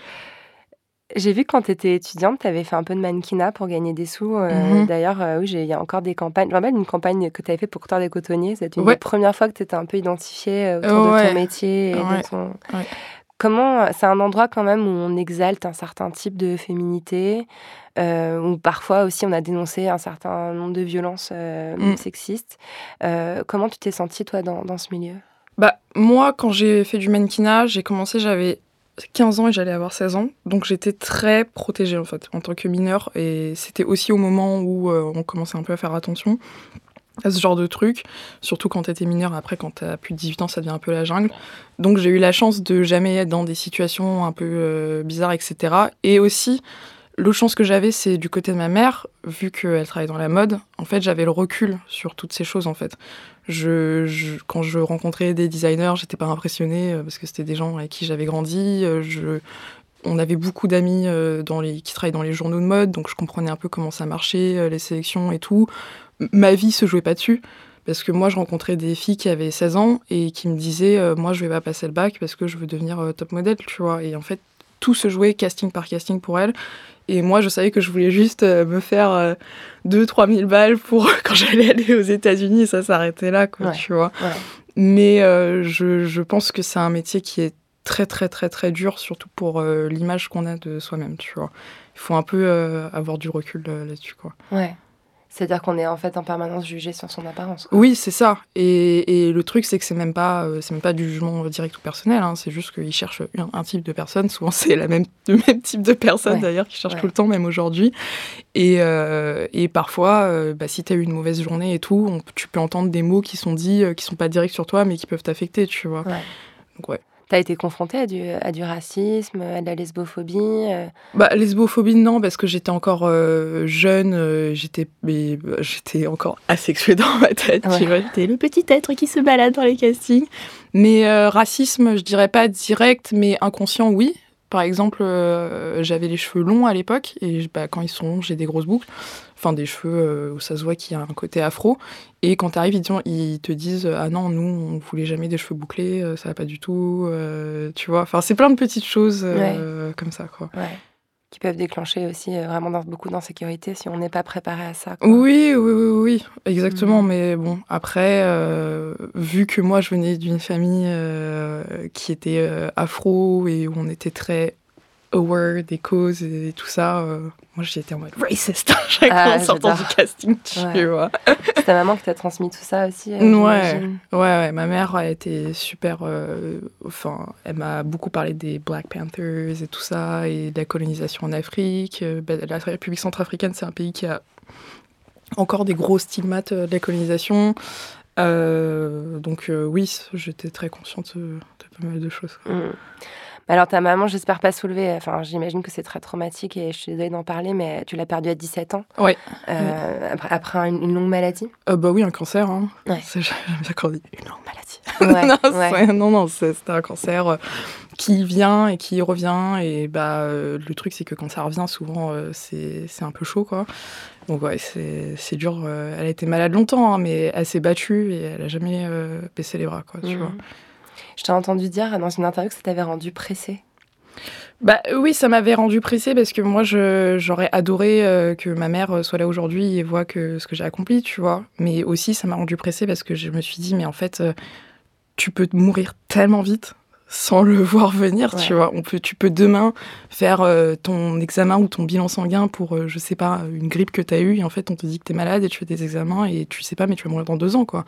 J'ai vu que quand tu étais étudiante, tu avais fait un peu de mannequinat pour gagner des sous. Euh, mm-hmm. D'ailleurs, euh, oui, il y a encore des campagnes. Je me rappelle une campagne que tu avais fait pour Couture des Cotonniers. C'était une ouais. des premières fois que tu étais un peu identifiée autour euh, ouais. de ton métier. Et ouais. de ton... ouais. comment c'est un endroit quand même où on exalte un certain type de féminité, euh, où parfois aussi on a dénoncé un certain nombre de violences euh, mm. sexistes. Euh, comment tu t'es sentie, toi, dans, dans ce milieu ? Bah, moi, quand j'ai fait du mannequinat, j'ai commencé, j'avais quinze ans et j'allais avoir seize ans. Donc, j'étais très protégée, en fait, en tant que mineure. Et c'était aussi au moment où euh, on commençait un peu à faire attention à ce genre de truc. Surtout quand t'étais mineure. Après, quand t'as plus de dix-huit ans, ça devient un peu la jungle. Donc, j'ai eu la chance de jamais être dans des situations un peu euh, bizarres, et cetera. Et aussi, l'autre chance que j'avais, c'est du côté de ma mère. Vu qu'elle travaille dans la mode, en fait, j'avais le recul sur toutes ces choses, en fait. Je, je, quand je rencontrais des designers, j'étais pas impressionnée parce que c'était des gens avec qui j'avais grandi. Je, on avait beaucoup d'amis dans les, qui travaillent dans les journaux de mode, donc je comprenais un peu comment ça marchait, les sélections et tout. Ma vie se jouait pas dessus, parce que moi, je rencontrais des filles qui avaient seize ans et qui me disaient euh, « moi, je vais pas passer le bac parce que je veux devenir euh, top modèle », tu vois. Et en fait, tout se jouait casting par casting pour elles. Et moi, je savais que je voulais juste euh, me faire euh, deux à trois mille balles pour quand j'allais aller aux États-Unis, et ça s'arrêtait là, quoi, ouais, tu vois. Ouais. Mais euh, je, je pense que c'est un métier qui est très, très, très, très dur, surtout pour euh, l'image qu'on a de soi-même, tu vois. Il faut un peu euh, avoir du recul euh, là-dessus, quoi. Ouais. C'est-à-dire qu'on est en fait en permanence jugé sur son apparence, quoi. Oui, c'est ça. Et, et le truc, c'est que c'est même pas, euh, c'est même pas du jugement direct ou personnel. Hein. C'est juste qu'ils cherchent un, un type de personne. Souvent, c'est la même, le même type de personne, ouais, d'ailleurs, qui cherchent ouais. tout le temps, même aujourd'hui. Et, euh, et parfois, euh, bah, si t'as eu une mauvaise journée et tout, on, tu peux entendre des mots qui sont dits, euh, qui sont pas directs sur toi, mais qui peuvent t'affecter, tu vois. Ouais. Donc, ouais. T'as été confrontée à du, à du racisme, à de la lesbophobie euh... Bah, lesbophobie, non, parce que j'étais encore euh, jeune, euh, j'étais, mais, bah, j'étais encore asexuée dans ma tête, ouais. tu vois, j'étais le petit être qui se balade dans les castings. Mais euh, racisme, je dirais pas direct, mais inconscient, oui. Par exemple, euh, j'avais les cheveux longs à l'époque, et bah, quand ils sont longs, j'ai des grosses boucles. Enfin, des cheveux euh, où ça se voit qu'il y a un côté afro. Et quand t'arrives, ils, ils te disent « Ah non, nous, on voulait jamais des cheveux bouclés, euh, ça va pas du tout. Euh, » Tu vois, enfin, c'est plein de petites choses euh, ouais. comme ça, quoi. Ouais. Qui peuvent déclencher aussi euh, vraiment dans, beaucoup d'insécurité si on n'est pas préparé à ça, quoi. Oui, oui, oui, oui, exactement. Mmh. Mais bon, après, euh, vu que moi, je venais d'une famille euh, qui était euh, afro et où on était très aware des causes et tout ça, euh, moi, j'étais en mode raciste à chaque ah, fois en sortant du casting, tu ouais. vois. C'est ta maman qui t'a transmis tout ça aussi, euh, ouais, ouais, ouais, ma mère a été super... Euh, enfin, elle m'a beaucoup parlé des Black Panthers et tout ça, et de la colonisation en Afrique. Euh, bah, la République centrafricaine, c'est un pays qui a encore des gros stigmates de la colonisation. Euh, donc euh, oui, j'étais très consciente de, de pas mal de choses. Quoi. Mmh. Alors ta maman, j'espère pas soulever, enfin j'imagine que c'est très traumatique et je suis désolée d'en parler, mais tu l'as perdue à dix-sept ans. Oui. Euh, oui. Après, après une, une longue maladie. Euh, bah oui, un cancer. Hein. Ouais. C'est, j'aime bien quand on dit une longue maladie. Ouais, non, ouais. C'est, non, non, c'est, c'était un cancer euh, qui vient et qui revient. Et bah euh, le truc, c'est que quand ça revient, souvent, euh, c'est, c'est un peu chaud, quoi. Donc ouais, c'est, c'est dur. Euh, elle a été malade longtemps, hein, mais elle s'est battue et elle a jamais euh, baissé les bras, quoi, tu mmh. vois. Je t'ai entendu dire dans une interview que ça t'avait rendu pressée. Bah oui, ça m'avait rendu pressée parce que moi, je, j'aurais adoré euh, que ma mère soit là aujourd'hui et voit que ce que j'ai accompli, tu vois. Mais aussi, ça m'a rendu pressée parce que je me suis dit, mais en fait, euh, tu peux mourir tellement vite sans le voir venir, ouais. tu vois. On peut, tu peux demain faire euh, ton examen ou ton bilan sanguin pour, euh, je sais pas, une grippe que t'as eue et en fait, on te dit que t'es malade et tu fais des examens et tu sais pas, mais tu vas mourir dans deux ans, quoi.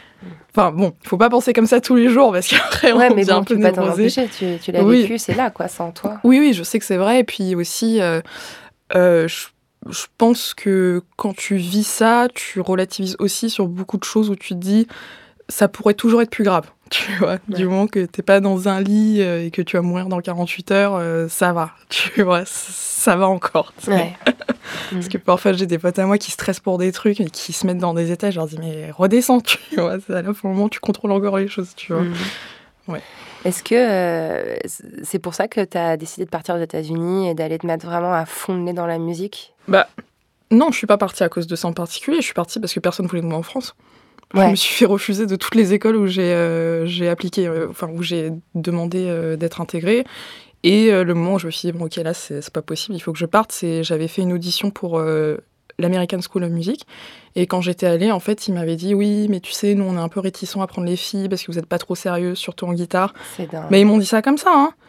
Enfin bon, il faut pas penser comme ça tous les jours parce qu'après ouais, on mais devient bon, un peu tu peux pas t'en névrosé. empêcher, tu, tu l'as oui. vécu, c'est là quoi, sans toi. Oui, oui, je sais que c'est vrai. Et puis aussi, euh, euh, je, je pense que quand tu vis ça, tu relativises aussi sur beaucoup de choses où tu te dis ça pourrait toujours être plus grave. Tu vois, ouais. Du moment que t'es pas dans un lit euh, et que tu vas mourir dans quarante-huit heures, euh, ça va. Tu vois, ça va encore. Ouais. Parce que parfois, j'ai des potes à moi qui stressent pour des trucs et qui se mettent dans des états. Je leur dis, mais redescends, tu vois. C'est là, pour le moment, tu contrôles encore les choses, tu vois. Mmh. Ouais. Est-ce que euh, c'est pour ça que t'as décidé de partir aux États-Unis et d'aller te mettre vraiment à fond de nez dans la musique ? Bah, non, je suis pas partie à cause de ça en particulier. Je suis partie parce que personne voulait de moi en France. Ouais. Je me suis fait refuser de toutes les écoles où j'ai, euh, j'ai appliqué, euh, enfin, où j'ai demandé euh, d'être intégrée. Et euh, le moment où je me suis dit, bon, ok, là, c'est, c'est pas possible, il faut que je parte, c'est, j'avais fait une audition pour euh, l'American School of Music. Et quand j'étais allée, en fait, ils m'avaient dit, oui, mais tu sais, nous, on est un peu réticents à prendre les filles parce que vous êtes pas trop sérieux, surtout en guitare. C'est dingue. Mais ils m'ont dit ça comme ça, hein.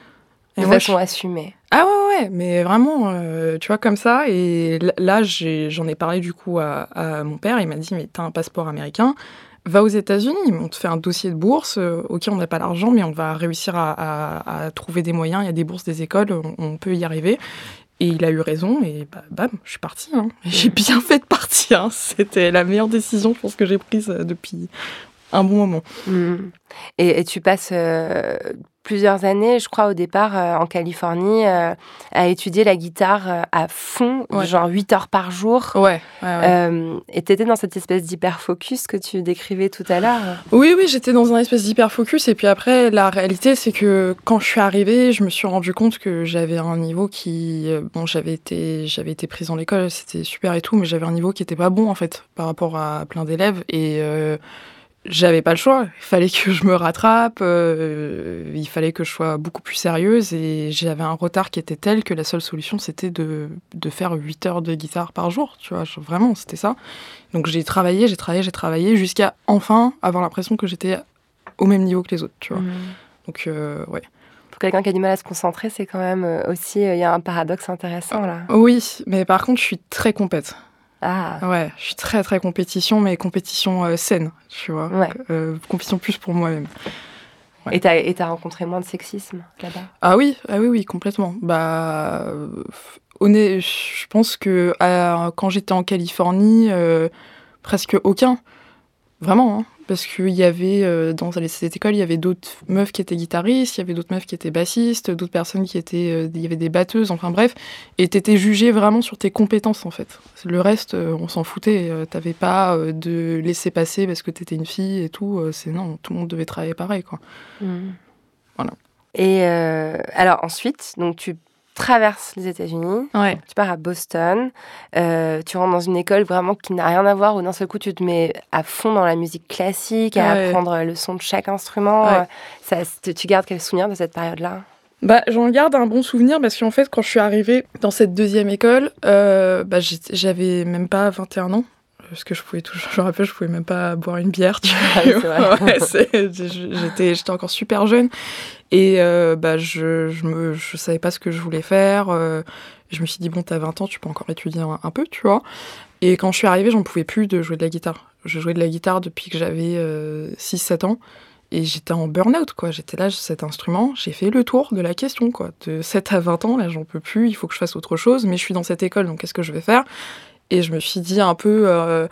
Et de moi, façon je... assumée. Ah ouais, ouais, mais vraiment, euh, tu vois, comme ça. Et là, j'ai, j'en ai parlé du coup à, à mon père. Il m'a dit, mais t'as un passeport américain, va aux États-Unis, on te fait un dossier de bourse. Euh, ok, on n'a pas l'argent, mais on va réussir à, à, à trouver des moyens. Il y a des bourses, des écoles, on, on peut y arriver. Et il a eu raison, et bah, bam, je suis partie. Hein. J'ai bien fait de partir. Hein. C'était la meilleure décision, je pense, que j'ai prise depuis un bon moment. Mmh. Et, et tu passes euh, plusieurs années, je crois, au départ, euh, en Californie, euh, à étudier la guitare euh, à fond, ouais. genre huit heures par jour. Ouais, ouais, ouais. Euh, et t'étais dans cette espèce d'hyper-focus que tu décrivais tout à l'heure. Oui, oui, j'étais dans un espèce d'hyper-focus. Et puis après, la réalité, c'est que quand je suis arrivée, je me suis rendu compte que j'avais un niveau qui... Bon, j'avais été, j'avais été prise dans l'école, c'était super et tout, mais j'avais un niveau qui était pas bon, en fait, par rapport à plein d'élèves. Et... Euh, J'avais pas le choix, il fallait que je me rattrape, euh, il fallait que je sois beaucoup plus sérieuse et j'avais un retard qui était tel que la seule solution c'était de, de faire huit heures de guitare par jour, tu vois, vraiment c'était ça. Donc j'ai travaillé, j'ai travaillé, j'ai travaillé jusqu'à enfin avoir l'impression que j'étais au même niveau que les autres, tu vois. Mmh. Donc euh, ouais. Pour quelqu'un qui a du mal à se concentrer, c'est quand même aussi, il y a un paradoxe intéressant là. Oui, mais par contre je suis très compète. Ah. Ouais, je suis très très compétition, mais compétition euh, saine, tu vois. Ouais. Euh, compétition plus pour moi-même. Ouais. Et, t'as, et t'as rencontré moins de sexisme là-bas ? Ah oui, ah oui, oui, complètement. Bah, euh, honnête, je pense que euh, quand j'étais en Californie, euh, presque aucun. Vraiment, hein. Parce qu'il y avait, euh, dans cette école, il y avait d'autres meufs qui étaient guitaristes, il y avait d'autres meufs qui étaient bassistes, d'autres personnes qui étaient... Euh, il y avait des batteuses, enfin bref. Et t'étais jugée vraiment sur tes compétences, en fait. Le reste, euh, on s'en foutait. Euh, t'avais pas euh, de laisser passer parce que t'étais une fille et tout. Euh, c'est non, tout le monde devait travailler pareil, quoi. Mmh. Voilà. Et euh, alors ensuite, donc tu traverses les États-Unis, ouais. tu pars à Boston, euh, tu rentres dans une école vraiment qui n'a rien à voir, où d'un seul coup tu te mets à fond dans la musique classique, à ouais. apprendre le son de chaque instrument. Ouais. Ça, tu gardes quel souvenir de cette période-là ? Bah, j'en garde un bon souvenir parce qu'en fait, quand je suis arrivée dans cette deuxième école, euh, bah, j'avais même pas vingt et un ans. Parce que je pouvais toujours, je me rappelle, je pouvais même pas boire une bière. Tu vois. c'est vrai. Ouais, c'est, j'étais, j'étais encore super jeune et euh, bah je, je me, je savais pas ce que je voulais faire. Euh, je me suis dit bon, t'as vingt ans, tu peux encore étudier un, un peu, tu vois. Et quand je suis arrivée, j'en pouvais plus de jouer de la guitare. Je jouais de la guitare depuis que j'avais euh, six sept ans. Et j'étais en burn-out, quoi. J'étais là, cet instrument, j'ai fait le tour de la question, quoi. De sept à vingt ans, là, j'en peux plus, il faut que je fasse autre chose. Mais je suis dans cette école, donc qu'est-ce que je vais faire ? Et je me suis dit un peu euh,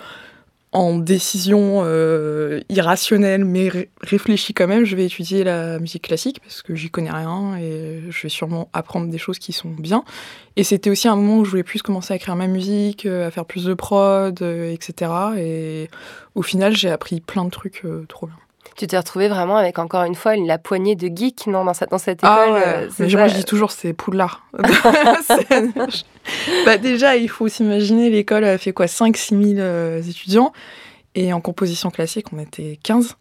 en décision euh, irrationnelle, mais ré- réfléchie quand même, je vais étudier la musique classique parce que j'y connais rien et je vais sûrement apprendre des choses qui sont bien. Et c'était aussi un moment où je voulais plus commencer à écrire ma musique, à faire plus de prod, euh, et cetera. Et au final, j'ai appris plein de trucs euh, trop bien. Tu t'es retrouvée vraiment avec, encore une fois, la poignée de geeks, non, dans cette, dans cette école. Ah ouais. euh, c'est Mais ça. moi, je dis toujours, c'est Poudlard. c'est... bah, déjà, il faut s'imaginer, l'école a fait quoi, cinq à six mille euh, étudiants. Et en composition classique, on était quinze.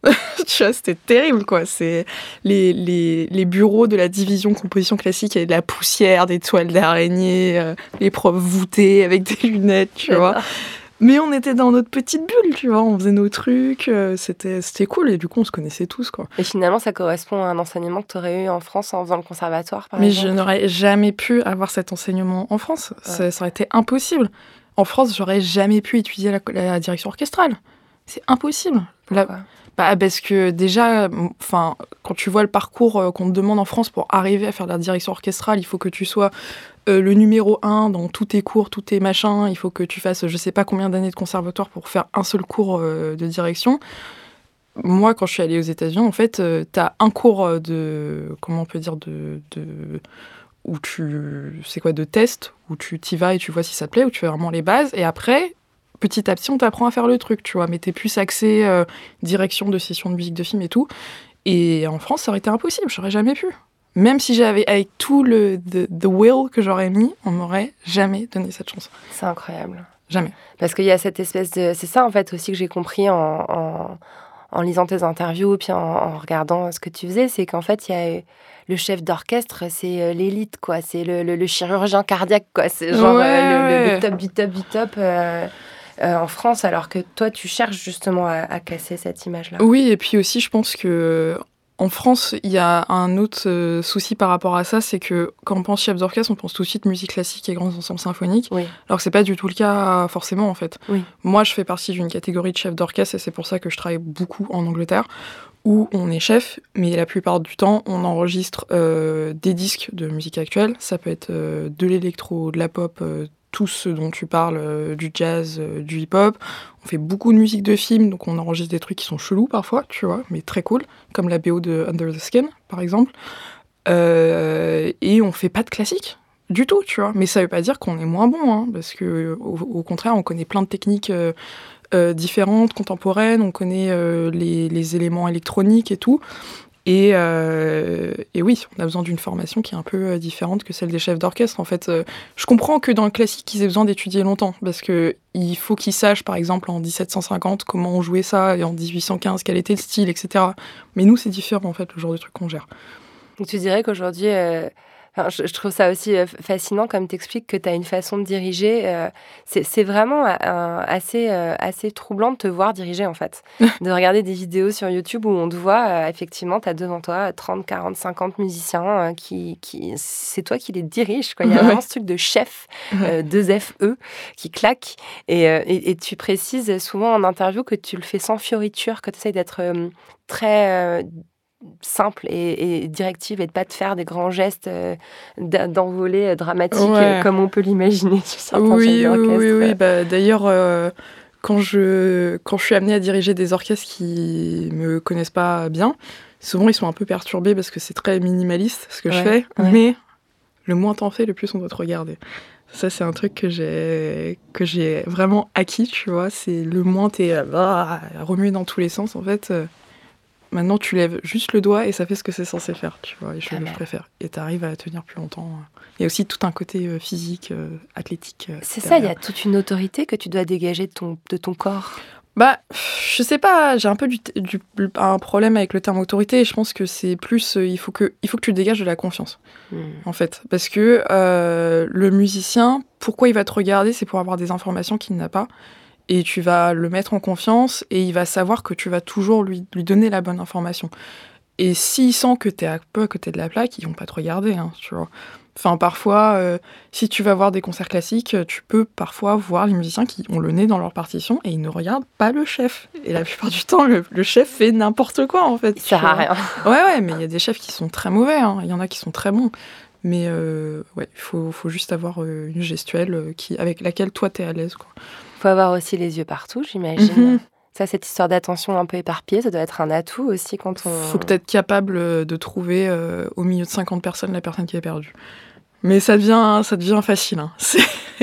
Tu vois, c'était terrible, quoi. C'est les, les, les bureaux de la division composition classique, il y avait de la poussière, des toiles d'araignée, euh, les profs voûtés avec des lunettes, tu vois. Mais on était dans notre petite bulle, tu vois, on faisait nos trucs, euh, c'était, c'était cool, et du coup, on se connaissait tous, quoi. Et finalement, ça correspond à un enseignement que tu aurais eu en France en faisant le conservatoire, par Mais exemple. je n'aurais jamais pu avoir cet enseignement en France, ouais. ça, ça aurait été impossible. En France, j'aurais jamais pu étudier la, la direction orchestrale. C'est impossible. La, bah, parce que déjà, enfin, quand tu vois le parcours qu'on te demande en France pour arriver à faire de la direction orchestrale, il faut que tu sois euh, le numéro un dans tous tes cours, tous tes machins. Il faut que tu fasses je sais pas combien d'années de conservatoire pour faire un seul cours euh, de direction. Moi, quand je suis allée aux États-Unis, en fait, euh, t'as un cours de, comment on peut dire, de, de où tu, c'est quoi, de test, où tu t'y vas et tu vois si ça te plaît, où tu fais vraiment les bases, et après, petit à petit, on t'apprend à faire le truc, tu vois, mais t'es plus axé euh, direction de session de musique de film et tout, et en France, ça aurait été impossible, j'aurais jamais pu. Même si j'avais, avec tout le the, the will que j'aurais mis, on m'aurait jamais donné cette chance. C'est incroyable. Jamais. Parce qu'il y a cette espèce de... C'est ça, en fait, aussi que j'ai compris en... en... en lisant tes interviews, puis en, en regardant ce que tu faisais, c'est qu'en fait, il y a le chef d'orchestre, c'est l'élite, quoi. C'est le, le, le chirurgien cardiaque, quoi. C'est genre ouais, euh, le, ouais. le, le top du top du top euh, euh, en France, alors que toi, tu cherches justement à, à casser cette image-là. Oui, et puis aussi, je pense que En France, il y a un autre euh, souci par rapport à ça, c'est que quand on pense chef d'orchestre, on pense tout de suite musique classique et grands ensembles symphoniques, Oui. alors que c'est pas du tout le cas forcément en fait. Oui. Moi, je fais partie d'une catégorie de chef d'orchestre et c'est pour ça que je travaille beaucoup en Angleterre, où on est chef, mais la plupart du temps, on enregistre euh, des disques de musique actuelle. Ça peut être euh, de l'électro, de la pop, euh, tout ce dont tu parles, euh, du jazz, euh, du hip-hop. On fait beaucoup de musique de film, donc on enregistre des trucs qui sont chelous parfois, tu vois, mais très cool, comme la B O de Under the Skin, par exemple. Euh, et on fait pas de classique du tout, tu vois. Mais ça veut pas dire qu'on est moins bon, hein, parce que au, au contraire, on connaît plein de techniques euh, euh, différentes, contemporaines, on connaît euh, les, les éléments électroniques et tout. Et, euh, et oui, on a besoin d'une formation qui est un peu euh, différente que celle des chefs d'orchestre. En fait, euh, je comprends que dans le classique, ils aient besoin d'étudier longtemps, parce que il faut qu'ils sachent, par exemple, en dix-sept cent cinquante, comment on jouait ça, et en dix-huit cent quinze, quel était le style, et cetera. Mais nous, c'est différent, en fait, le genre de truc qu'on gère. Donc tu dirais qu'aujourd'hui, euh, enfin, je, je trouve ça aussi euh, fascinant, comme tu expliques que tu as une façon de diriger. Euh, c'est, c'est vraiment un, assez, euh, assez troublant de te voir diriger, en fait. De regarder des vidéos sur YouTube où on te voit, euh, effectivement, tu as devant toi trente, quarante, cinquante musiciens euh, qui, qui... C'est toi qui les diriges, quoi. Il y a Ouais. vraiment ce truc de chef, euh, deux F E, qui claque. Et, euh, et, et tu précises souvent en interview que tu le fais sans fioriture, que tu essayes d'être euh, très... Euh, simple et, et directive et de pas te faire des grands gestes euh, d'envolée euh, dramatique Ouais. euh, comme on peut l'imaginer sur certains Oui, chefs oui, d'orchestre. oui, oui. Bah, d'ailleurs, euh, quand, je, quand je suis amenée à diriger des orchestres qui me connaissent pas bien, souvent ils sont un peu perturbés parce que c'est très minimaliste ce que Ouais, je fais, ouais. mais le moins t'en fais, le plus on doit te regarder. Ça, c'est un truc que j'ai, que j'ai vraiment acquis, tu vois. C'est le moins t'es euh, bah, remué dans tous les sens, en fait. Euh, Maintenant, tu lèves juste le doigt et ça fait ce que c'est censé faire, tu vois, et je Ah le ben. préfère. Et t'arrives à tenir plus longtemps. Il y a aussi tout un côté euh, physique, euh, athlétique. euh, C'est ça, il y derrière. a toute une autorité que tu dois dégager de ton, de ton corps. Bah, je sais pas, j'ai un peu du, du, un problème avec le terme autorité. Et je pense que c'est plus, euh, il faut que, il faut que tu dégages de la confiance, Hmm. en fait. Parce que euh, le musicien, pourquoi il va te regarder, c'est pour avoir des informations qu'il n'a pas. Et tu vas le mettre en confiance et il va savoir que tu vas toujours lui, lui donner la bonne information. Et s'il sent que t'es à peu, que t'es de la plaque, ils vont pas te regarder, hein, tu vois. Enfin, parfois, euh, si tu vas voir des concerts classiques, tu peux parfois voir les musiciens qui ont le nez dans leur partition et ils ne regardent pas le chef. Et la plupart du temps, le, le chef fait n'importe quoi, en fait. Il sert à rien. Ouais, ouais, mais il y a des chefs qui sont très mauvais, hein. Il y en a qui sont très bons. Mais euh, ouais, il faut, faut juste avoir euh, une gestuelle euh, qui, avec laquelle toi, t'es à l'aise, quoi. Il faut avoir aussi les yeux partout, j'imagine. Mhm. Ça, cette histoire d'attention un peu éparpillée, ça doit être un atout aussi quand on... Faut que être capable de trouver euh, au milieu de cinquante personnes la personne qui est perdue. Mais ça devient, ça devient facile. Hein. C'est...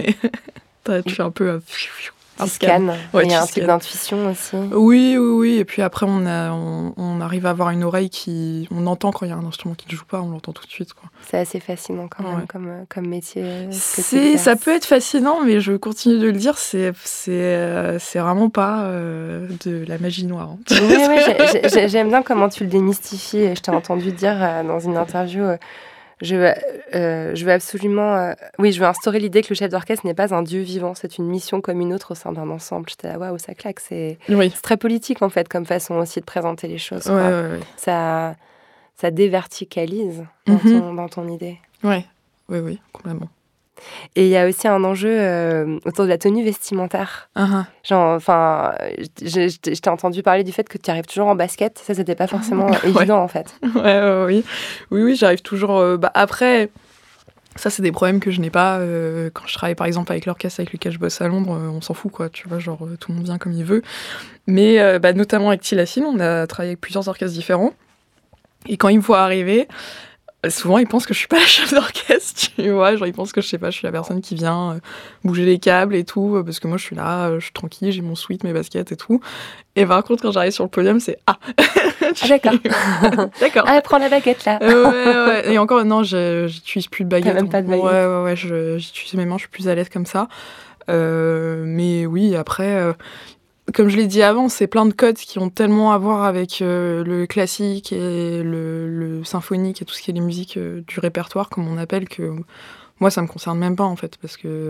tu fais un peu... Euh, un Tu scannes. Ouais, il y a tu un type scannes. d'intuition aussi. Oui, oui, oui. Et puis après, on, a, on, on arrive à avoir une oreille qui... On entend quand il y a un instrument qui ne joue pas, on l'entend tout de suite, quoi. C'est assez fascinant quand même Ouais. comme, euh, comme métier. euh, que tu C'est, exerces. ça peut être fascinant, mais je continue de le dire, c'est, c'est, euh, c'est vraiment pas euh, de la magie noire. Hein. Oui, oui, j'ai- j'ai- j'aime bien comment tu le démystifies. Je t'ai entendu dire euh, dans une interview, euh, je, veux, euh, je veux absolument, euh, oui, je veux instaurer l'idée que le chef d'orchestre n'est pas un dieu vivant, c'est une mission comme une autre au sein d'un ensemble. J'étais là, waouh, ça claque. C'est, Oui. c'est très politique en fait, comme façon aussi de présenter les choses. Ouais, quoi. ouais, ouais. Ça, ça déverticalise dans, Mhm. ton, dans ton idée. Ouais, oui, oui, complètement. Et il y a aussi un enjeu euh, autour de la tenue vestimentaire. Uh-huh. Genre, enfin, je, je, je t'ai entendu parler du fait que tu arrives toujours en basket. Ça, c'était pas forcément évident, en fait. Ouais, ouais, oui. Oui, oui, j'arrive toujours... euh, bah, après, ça, c'est des problèmes que je n'ai pas. euh, quand je travaille, par exemple, avec l'orchestre avec lequel je bosse à Londres, euh, on s'en fout, quoi. Tu vois, genre, euh, tout le monde vient comme il veut. Mais, euh, bah, notamment avec Tilafine, on a travaillé avec plusieurs orchestres différents. Et quand ils me voient arriver... Souvent, ils pensent que je suis pas la chef d'orchestre, tu vois. Genre, ils pensent que je sais pas, je suis la personne qui vient euh, bouger les câbles et tout, euh, parce que moi, je suis là, euh, je suis tranquille, j'ai mon sweat, mes baskets et tout. Et par contre, quand j'arrive sur le podium, c'est ah. Ah, d'accord. D'accord. Ah, prends la baguette là. Euh, ouais, ouais. Et encore, non, je j'utilise plus de baguette. T'as même pas de baguette. Ouais, ouais, ouais. je- J'utilise mes mains, je suis plus à l'aise comme ça. Euh, mais oui, après. Euh, Comme je l'ai dit avant, c'est plein de codes qui ont tellement à voir avec euh, le classique et le, le symphonique et tout ce qui est les musiques euh, du répertoire, comme on appelle, que moi, ça me concerne même pas, en fait, parce que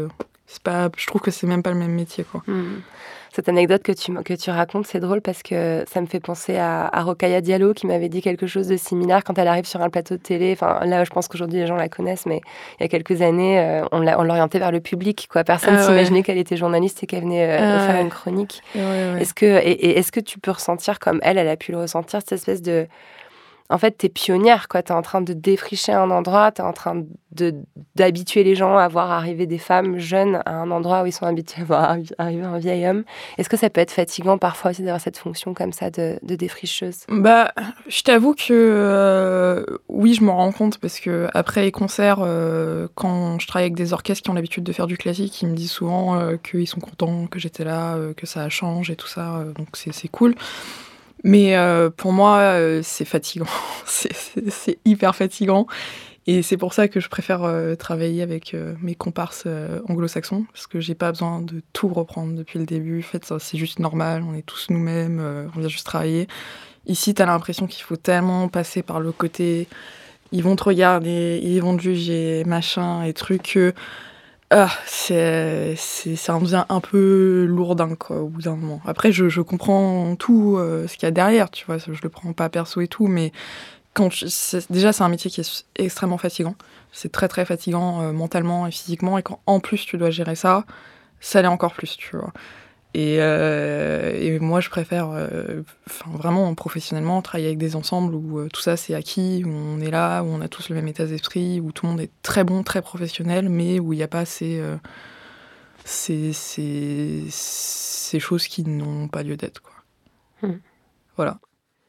C'est pas, je trouve que c'est même pas le même métier, quoi. Mmh. Cette anecdote que tu, que tu racontes, c'est drôle parce que ça me fait penser à, à Rokhaya Diallo qui m'avait dit quelque chose de similaire quand elle arrive sur un plateau de télé. Enfin, là, je pense qu'aujourd'hui, les gens la connaissent, mais il y a quelques années, euh, on, l'a, on l'orientait vers le public, quoi. Personne ne ah, s'imaginait ouais. qu'elle était journaliste et qu'elle venait euh, ah, faire ouais. une chronique. Ouais, ouais. Est-ce que, et, et est-ce que tu peux ressentir, comme elle, elle a pu le ressentir, cette espèce de... En fait, t'es pionnière, quoi. T'es en train de défricher un endroit, t'es en train de, d'habituer les gens à voir arriver des femmes jeunes à un endroit où ils sont habitués à voir arriver un vieil homme. Est-ce que ça peut être fatigant parfois aussi d'avoir cette fonction comme ça de, de défricheuse ? Bah, je t'avoue que euh, oui, je m'en rends compte parce que après les concerts, euh, quand je travaille avec des orchestres qui ont l'habitude de faire du classique, ils me disent souvent euh, qu'ils sont contents que j'étais là, euh, que ça change et tout ça, euh, donc c'est, c'est cool. Mais euh, pour moi, euh, c'est fatigant. c'est, c'est, c'est hyper fatigant. Et c'est pour ça que je préfère euh, travailler avec euh, mes comparses euh, anglo-saxons, parce que j'ai pas besoin de tout reprendre depuis le début. En fait, ça, c'est juste normal, on est tous nous-mêmes, euh, on vient juste travailler. Ici, t'as l'impression qu'il faut tellement passer par le côté... Ils vont te regarder, ils vont te juger, machin, et trucs... que Ah, c'est, c'est, ça en devient un peu lourdin, quoi, au bout d'un moment. Après, je, je comprends tout euh, ce qu'il y a derrière, tu vois, je le prends pas perso et tout, mais quand je, c'est, déjà, c'est un métier qui est extrêmement fatigant. C'est très, très fatigant euh, mentalement et physiquement, et quand en plus tu dois gérer ça, ça l'est encore plus, tu vois. Et, euh, et moi, je préfère euh, vraiment professionnellement travailler avec des ensembles où euh, tout ça c'est acquis, où on est là, où on a tous le même état d'esprit, où tout le monde est très bon, très professionnel, mais où il n'y a pas ces, euh, ces, ces, ces choses qui n'ont pas lieu d'être, quoi. Mmh. Voilà.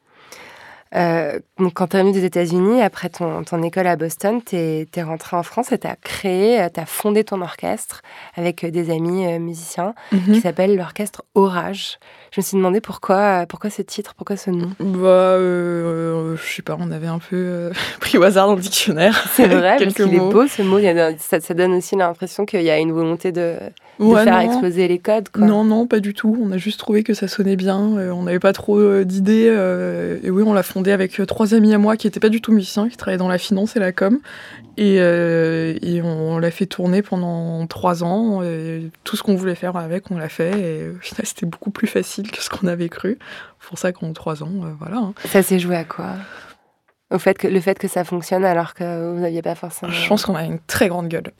Euh, donc quand tu es venue des États-Unis, après ton, ton école à Boston, tu es rentrée en France et tu as créé, tu as fondé ton orchestre avec des amis euh, musiciens mm-hmm. qui s'appelle l'orchestre Orage. Je me suis demandé pourquoi, pourquoi ce titre, pourquoi ce nom. Bah, euh, je sais pas, on avait un peu euh, pris au hasard dans le dictionnaire. C'est vrai, parce qu'il est beau ce mot. Il y a, ça, ça donne aussi l'impression qu'il y a une volonté de, de ouais, faire non. exploser les codes, quoi. Non, non, pas du tout. On a juste trouvé que ça sonnait bien. Euh, on n'avait pas trop euh, d'idées. Euh, et oui, on l'a fondé avec euh, trois amis à moi qui n'étaient pas du tout musiciens, qui travaillaient dans la finance et la com. Et, euh, et on, on l'a fait tourner pendant trois ans. Et tout ce qu'on voulait faire avec, on l'a fait. Et au final, c'était beaucoup plus facile que ce qu'on avait cru. C'est pour ça qu'en trois ans, euh, voilà. Hein. Ça s'est joué à quoi ? Au fait que, le fait que ça fonctionne alors que vous n'aviez pas forcément... Je pense qu'on a une très grande gueule.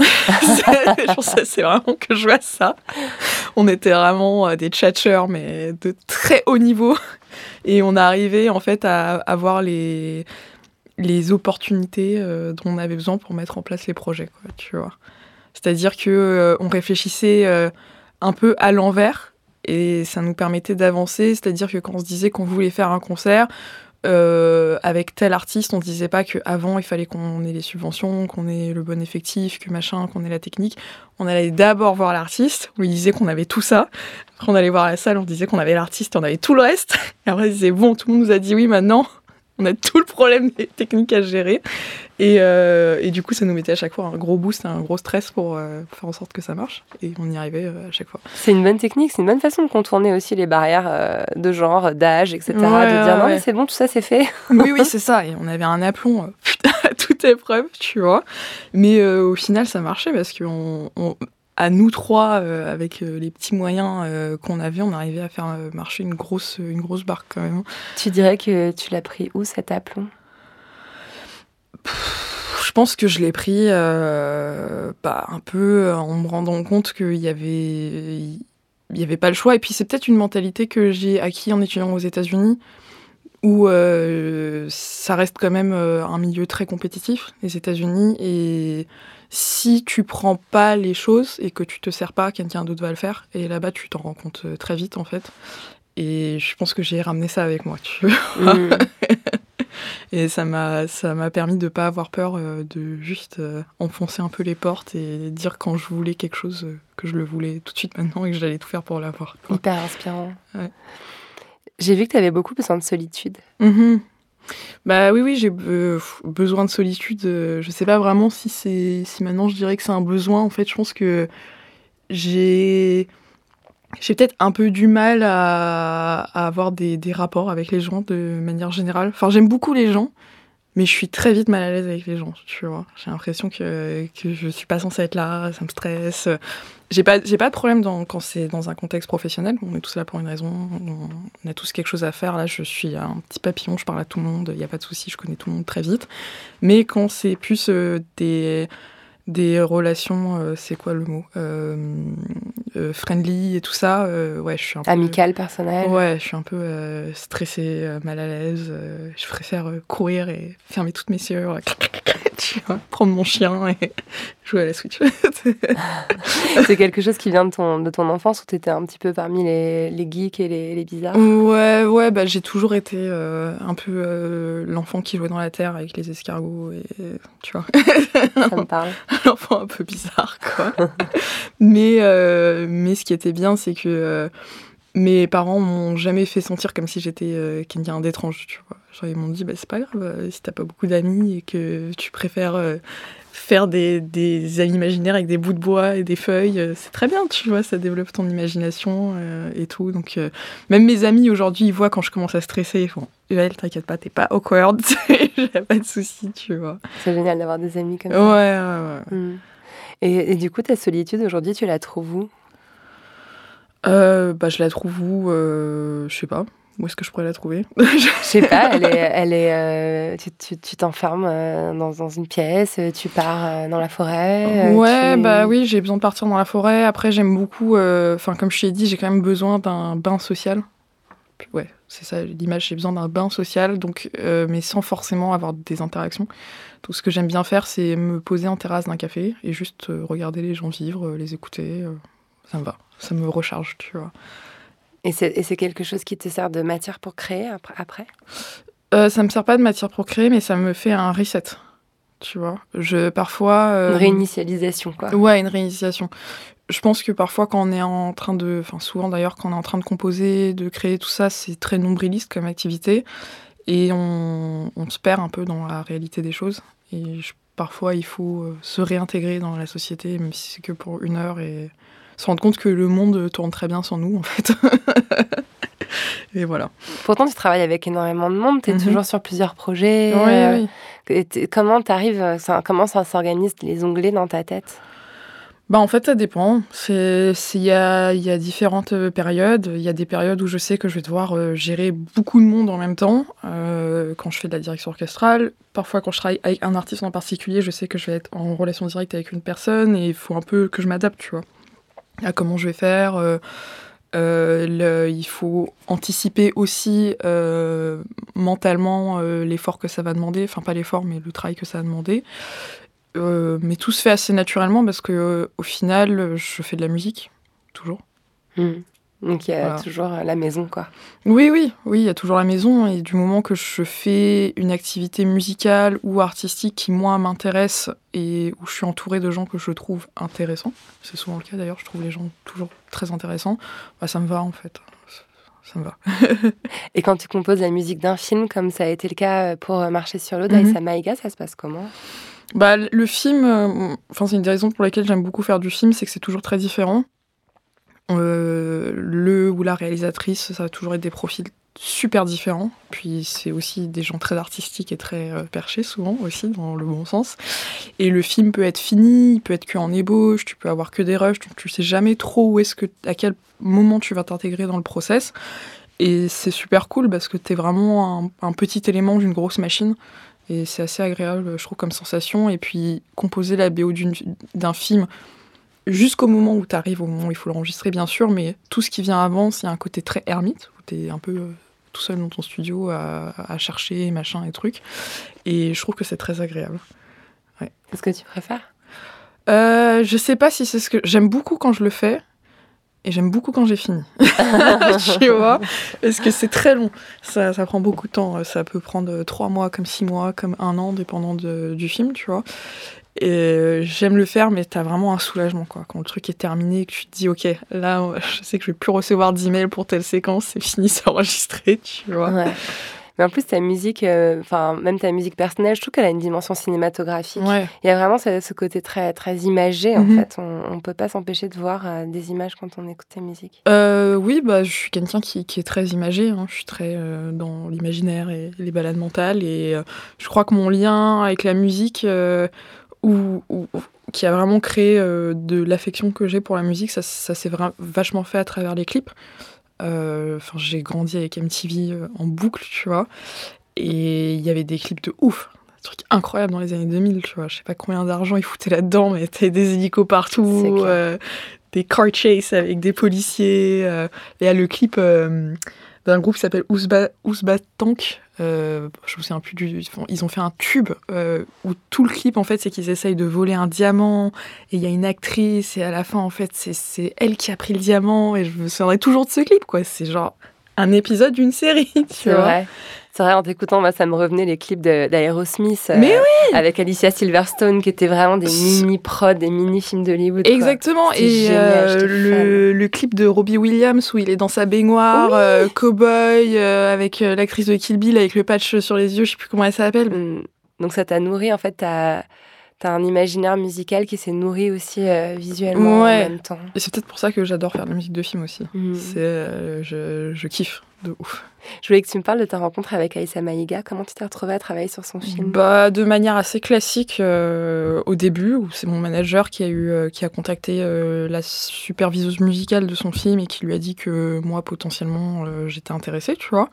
Je pense que c'est vraiment que je vois ça. On était vraiment des tchatcheurs, mais de très haut niveau. Et on est arrivé en fait à avoir les... les opportunités euh, dont on avait besoin pour mettre en place les projets, quoi, tu vois. C'est-à-dire qu'on euh, réfléchissait euh, un peu à l'envers et ça nous permettait d'avancer. C'est-à-dire que quand on se disait qu'on voulait faire un concert euh, avec tel artiste, on ne disait pas qu'avant, il fallait qu'on ait les subventions, qu'on ait le bon effectif, que machin, qu'on ait la technique. On allait d'abord voir l'artiste, on lui disait qu'on avait tout ça. Après, on allait voir la salle, on disait qu'on avait l'artiste et on avait tout le reste. Et après, on disait, bon, tout le monde nous a dit oui, maintenant... On a tout le problème des techniques à gérer. Et, euh, et du coup, ça nous mettait à chaque fois un gros boost, un gros stress pour, euh, pour faire en sorte que ça marche. Et on y arrivait euh, à chaque fois. C'est une bonne technique, c'est une bonne façon de contourner aussi les barrières euh, de genre, d'âge, et cetera. Ouais, de dire non, ouais. mais c'est bon, tout ça, c'est fait. Oui, oui, c'est ça. Et on avait un aplomb euh, à toute épreuve, tu vois. Mais euh, au final, ça marchait parce qu'on... On, à nous trois, euh, avec euh, les petits moyens euh, qu'on avait, on arrivait à faire euh, marcher une grosse, une grosse barque quand même. Tu dirais que tu l'as pris où, cet aplomb ? Pff, Je pense que je l'ai pris euh, bah, un peu en me rendant compte qu'il y avait, il y avait pas le choix. Et puis c'est peut-être une mentalité que j'ai acquis en étudiant aux États-Unis, où euh, ça reste quand même euh, un milieu très compétitif, les États-Unis, et si tu prends pas les choses et que tu te sers pas, quelqu'un d'autre va le faire. Et là-bas, tu t'en rends compte très vite, en fait. Et je pense que j'ai ramené ça avec moi, tu vois. Mmh. Et ça m'a, ça m'a permis de pas avoir peur euh, de juste euh, enfoncer un peu les portes et dire quand je voulais quelque chose euh, que je le voulais tout de suite maintenant et que j'allais tout faire pour l'avoir. Quoi. Hyper inspirant. Ouais. J'ai vu que tu avais beaucoup besoin de solitude. Mmh. Bah oui, oui, j'ai euh, besoin de solitude. Euh, je sais pas vraiment si c'est, si maintenant je dirais que c'est un besoin. En fait, je pense que j'ai, j'ai peut-être un peu du mal à, à avoir des, des rapports avec les gens de manière générale. Enfin, j'aime beaucoup les gens, Mais je suis très vite mal à l'aise avec les gens, tu vois. J'ai l'impression que, que je suis pas censée être là, ça me stresse. J'ai pas, j'ai pas de problème dans, quand c'est dans un contexte professionnel. On est tous là pour une raison, on a tous quelque chose à faire. Là, je suis un petit papillon, je parle à tout le monde, il n'y a pas de souci, je connais tout le monde très vite. Mais quand c'est plus euh, des... des relations, euh, c'est quoi le mot euh, euh, friendly et tout ça, euh, ouais, je suis un peu... Amical, personnel. Ouais, je suis un peu euh, stressée, euh, mal à l'aise. Euh, je préfère euh, courir et fermer toutes mes yeux, euh, tu vois, prendre mon chien et jouer à la Switch. C'est quelque chose qui vient de ton, de ton enfance, où tu étais un petit peu parmi les, les geeks et les, les bizarres? Ouais, ouais, bah, j'ai toujours été euh, un peu euh, l'enfant qui jouait dans la terre avec les escargots, et tu vois. Ça me parle. L'enfant un peu bizarre, quoi. mais, euh, mais ce qui était bien, c'est que euh, mes parents m'ont jamais fait sentir comme si j'étais euh, quelqu'un d'étrange, tu vois. Genre, ils m'ont dit, bah, c'est pas grave, euh, si t'as pas beaucoup d'amis et que tu préfères euh, faire des, des amis imaginaires avec des bouts de bois et des feuilles, euh, c'est très bien, tu vois, ça développe ton imagination euh, et tout. Donc, euh, même mes amis, aujourd'hui, ils voient quand je commence à stresser, ils font, Uel, t'inquiète pas, t'es pas awkward, j'ai pas de soucis, tu vois. C'est génial d'avoir des amis comme ça. Ouais, ouais, ouais. Mmh. Et, et du coup, ta solitude, aujourd'hui, tu la trouves où? euh, bah, Je la trouve où euh, Je sais pas. Où est-ce que je pourrais la trouver? Je sais pas, elle est, elle est, euh, tu, tu, tu t'enfermes euh, dans, dans une pièce, tu pars euh, dans la forêt. Euh, ouais, tu... bah oui, j'ai besoin de partir dans la forêt. Après, j'aime beaucoup, enfin, euh, comme je t'ai dit, j'ai quand même besoin d'un bain social. Puis, ouais, c'est ça l'image, j'ai besoin d'un bain social, donc, euh, mais sans forcément avoir des interactions. Tout ce que j'aime bien faire, c'est me poser en terrasse d'un café et juste euh, regarder les gens vivre, euh, les écouter. Euh, ça me va, ça me recharge, tu vois. Et c'est, et c'est quelque chose qui te sert de matière pour créer après? euh, Ça me sert pas de matière pour créer, mais ça me fait un reset, tu vois. Je, parfois... Euh, une réinitialisation, quoi. Ouais, une réinitialisation. Je pense que parfois, quand on est en train de... Enfin, souvent d'ailleurs, quand on est en train de composer, de créer tout ça, c'est très nombriliste comme activité. Et on, on se perd un peu dans la réalité des choses. Et je, parfois, il faut euh, se réintégrer dans la société, même si c'est que pour une heure, et se rendre compte que le monde tourne très bien sans nous, en fait. Et voilà. Pourtant, tu travailles avec énormément de monde, tu es mm-hmm. toujours sur plusieurs projets. Oui, euh, oui. Comment t'arrives, ça, comment ça s'organise les onglets dans ta tête? Bah en fait, ça dépend. Il y a, y a différentes périodes. Il y a des périodes où je sais que je vais devoir euh, gérer beaucoup de monde en même temps, euh, quand je fais de la direction orchestrale. Parfois, quand je travaille avec un artiste en particulier, je sais que je vais être en relation directe avec une personne et il faut un peu que je m'adapte, tu vois, à comment je vais faire. Euh, euh, le, il faut anticiper aussi euh, mentalement euh, l'effort que ça va demander. Enfin, pas l'effort, mais le travail que ça va demander. Euh, mais tout se fait assez naturellement parce que euh, au final, je fais de la musique, toujours. Mmh. Donc il y a voilà. toujours la maison, quoi. Oui, oui, oui, il y a toujours la maison. Et du moment que je fais une activité musicale ou artistique qui, moi, m'intéresse et où je suis entourée de gens que je trouve intéressants, c'est souvent le cas d'ailleurs, je trouve les gens toujours très intéressants, bah, ça me va en fait. Ça me va. Et quand tu composes la musique d'un film, comme ça a été le cas pour Marcher sur l'eau d'Aïssa Maïga, ça se passe comment ? Bah, le film, euh, enfin, c'est une des raisons pour lesquelles j'aime beaucoup faire du film, c'est que c'est toujours très différent. Euh, le ou la réalisatrice, ça va toujours être des profils super différents. Puis c'est aussi des gens très artistiques et très euh, perchés, souvent aussi, dans le bon sens. Et le film peut être fini, il peut être qu'en ébauche, tu peux avoir que des rushs, donc tu sais jamais trop où est-ce que, à quel moment tu vas t'intégrer dans le process. Et c'est super cool parce que t'es vraiment un, un petit élément d'une grosse machine. Et c'est assez agréable, je trouve, comme sensation. Et puis, composer la B O d'une, d'un film jusqu'au moment où tu arrives, au moment où il faut l'enregistrer, bien sûr, mais tout ce qui vient avant, c'est un côté très ermite, où tu es un peu euh, tout seul dans ton studio à, à chercher, machin et trucs. Et je trouve que c'est très agréable. Ouais. Qu'est-ce que tu préfères ? euh, Je sais pas si c'est ce que... J'aime beaucoup quand je le fais. Et j'aime beaucoup quand j'ai fini, tu vois, parce que c'est très long, ça, ça prend beaucoup de temps, ça peut prendre trois mois, comme six mois, comme un an, dépendant de, du film, tu vois. Et j'aime le faire, mais t'as vraiment un soulagement, quoi. Quand le truc est terminé, que tu te dis, ok, là, je sais que je vais plus recevoir d'emails pour telle séquence, c'est fini, c'est enregistré, tu vois. Ouais. Mais en plus, ta musique, enfin euh, même ta musique personnelle, je trouve qu'elle a une dimension cinématographique. Ouais. Il y a vraiment ce, ce côté très, très imagé, en Mm-hmm. fait. On ne peut pas s'empêcher de voir euh, des images quand on écoute ta musique. Euh, oui, bah, je suis quelqu'un qui, qui est très imagé. Hein. Je suis très euh, dans l'imaginaire et les balades mentales. Et euh, je crois que mon lien avec la musique, euh, ou, ou, qui a vraiment créé euh, de l'affection que j'ai pour la musique, ça, ça s'est vra- vachement fait à travers les clips. Euh, j'ai grandi avec M T V euh, en boucle, tu vois. Et il y avait des clips de ouf. Des trucs incroyables dans les années deux mille, tu vois. Je sais pas combien d'argent ils foutaient là-dedans, mais t'avais des hélicos partout, euh, des car chases avec des policiers. Euh, il y a le clip euh, d'un groupe qui s'appelle Ouzba, Ouzba Tank. Euh, je me souviens plus du... Ils ont fait un tube euh, où tout le clip, en fait, c'est qu'ils essayent de voler un diamant. Et il y a une actrice, et à la fin, en fait, c'est, c'est elle qui a pris le diamant. Et je me souviendrai toujours de ce clip, quoi. C'est genre un épisode d'une série, tu c'est vois. Vrai. C'est vrai, en t'écoutant, moi, ça me revenait les clips de, d'Aerosmith. Mais euh, oui avec Alicia Silverstone, qui étaient vraiment des mini-prods, des mini-films d'Hollywood. Exactement. C'était et génial, euh, le, le clip de Robbie Williams, où il est dans sa baignoire, oui. euh, cow-boy, euh, avec euh, l'actrice de Kill Bill, avec le patch sur les yeux, je sais plus comment elle s'appelle. Mmh. Donc ça t'a nourri, en fait, t'as... T'as un imaginaire musical qui s'est nourri aussi euh, visuellement ouais. en même temps. Et c'est peut-être pour ça que j'adore faire de la musique de film aussi. Mmh. C'est, euh, je, je kiffe de ouf. Je voulais que tu me parles de ta rencontre avec Aïssa Maïga. Comment tu t'es retrouvée à travailler sur son film ? Bah, de manière assez classique euh, au début, où c'est mon manager qui a, eu, euh, qui a contacté euh, la superviseuse musicale de son film et qui lui a dit que moi, potentiellement, euh, j'étais intéressée, tu vois.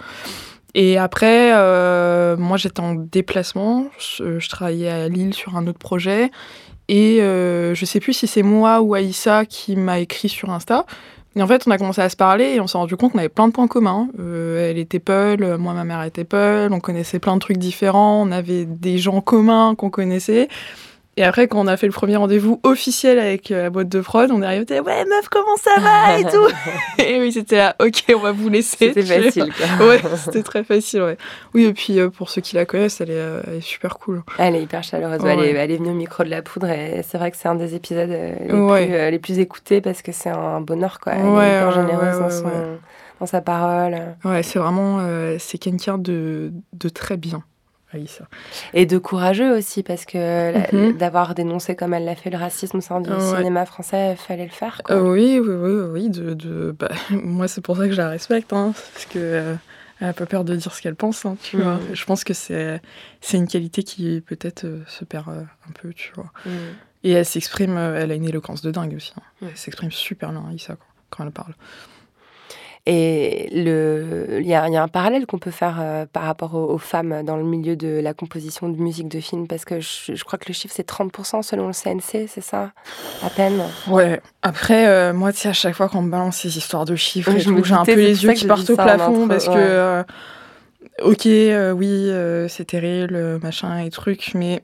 Et après, euh, moi, j'étais en déplacement. Je, je travaillais à Lille sur un autre projet. Et euh, je sais plus si c'est moi ou Aïssa qui m'a écrit sur Insta. Et en fait, on a commencé à se parler et on s'est rendu compte qu'on avait plein de points communs. Euh, elle était Peul, moi, ma mère était Peul. On connaissait plein de trucs différents. On avait des gens communs qu'on connaissait. Et après, quand on a fait le premier rendez-vous officiel avec la boîte de prod, on est arrivé, on était, ouais, meuf, comment ça va et tout. Et oui, c'était là, ok, on va vous laisser. C'était facile, quoi. Ouais, c'était très facile, ouais. Oui, et puis euh, pour ceux qui la connaissent, elle est, euh, elle est super cool. Elle est hyper chaleureuse. Ouais. Elle, est, elle est venue au micro de la poudre et c'est vrai que c'est un des épisodes euh, les, ouais. plus, euh, les plus écoutés parce que c'est un bonheur, quoi. Elle ouais, est hyper ouais, généreuse ouais, dans, ouais, son, ouais. dans sa parole. Ouais, c'est vraiment, euh, c'est quelqu'un de, de très bien. Ça. Et de courageux aussi, parce que mm-hmm. la, d'avoir dénoncé comme elle l'a fait le racisme au sein du ouais. cinéma français, il fallait le faire, quoi. Euh, oui, oui, oui, oui. De, de, bah, moi, c'est pour ça que je la respecte, hein, parce qu'elle euh, n'a pas peur de dire ce qu'elle pense, hein, tu mm. vois. Je pense que c'est, c'est une qualité qui peut-être euh, se perd euh, un peu, tu vois. Mm. Et elle s'exprime, euh, elle a une éloquence de dingue aussi. Hein. Mm. Elle s'exprime super bien, Issa, quoi, quand elle parle. Et le, il y a, il y a un parallèle qu'on peut faire euh, par rapport aux, aux femmes dans le milieu de la composition de musique de film, parce que je, je crois que le chiffre c'est trente pour cent selon le C N C, c'est ça, à peine. Ouais. Après, euh, moi, tu sais, à chaque fois qu'on me balance ces histoires de chiffres, oui, et tout, j'ai un peu les yeux qui partent au plafond, parce ouais. que, euh, ok, euh, oui, euh, c'est terrible, machin et truc, mais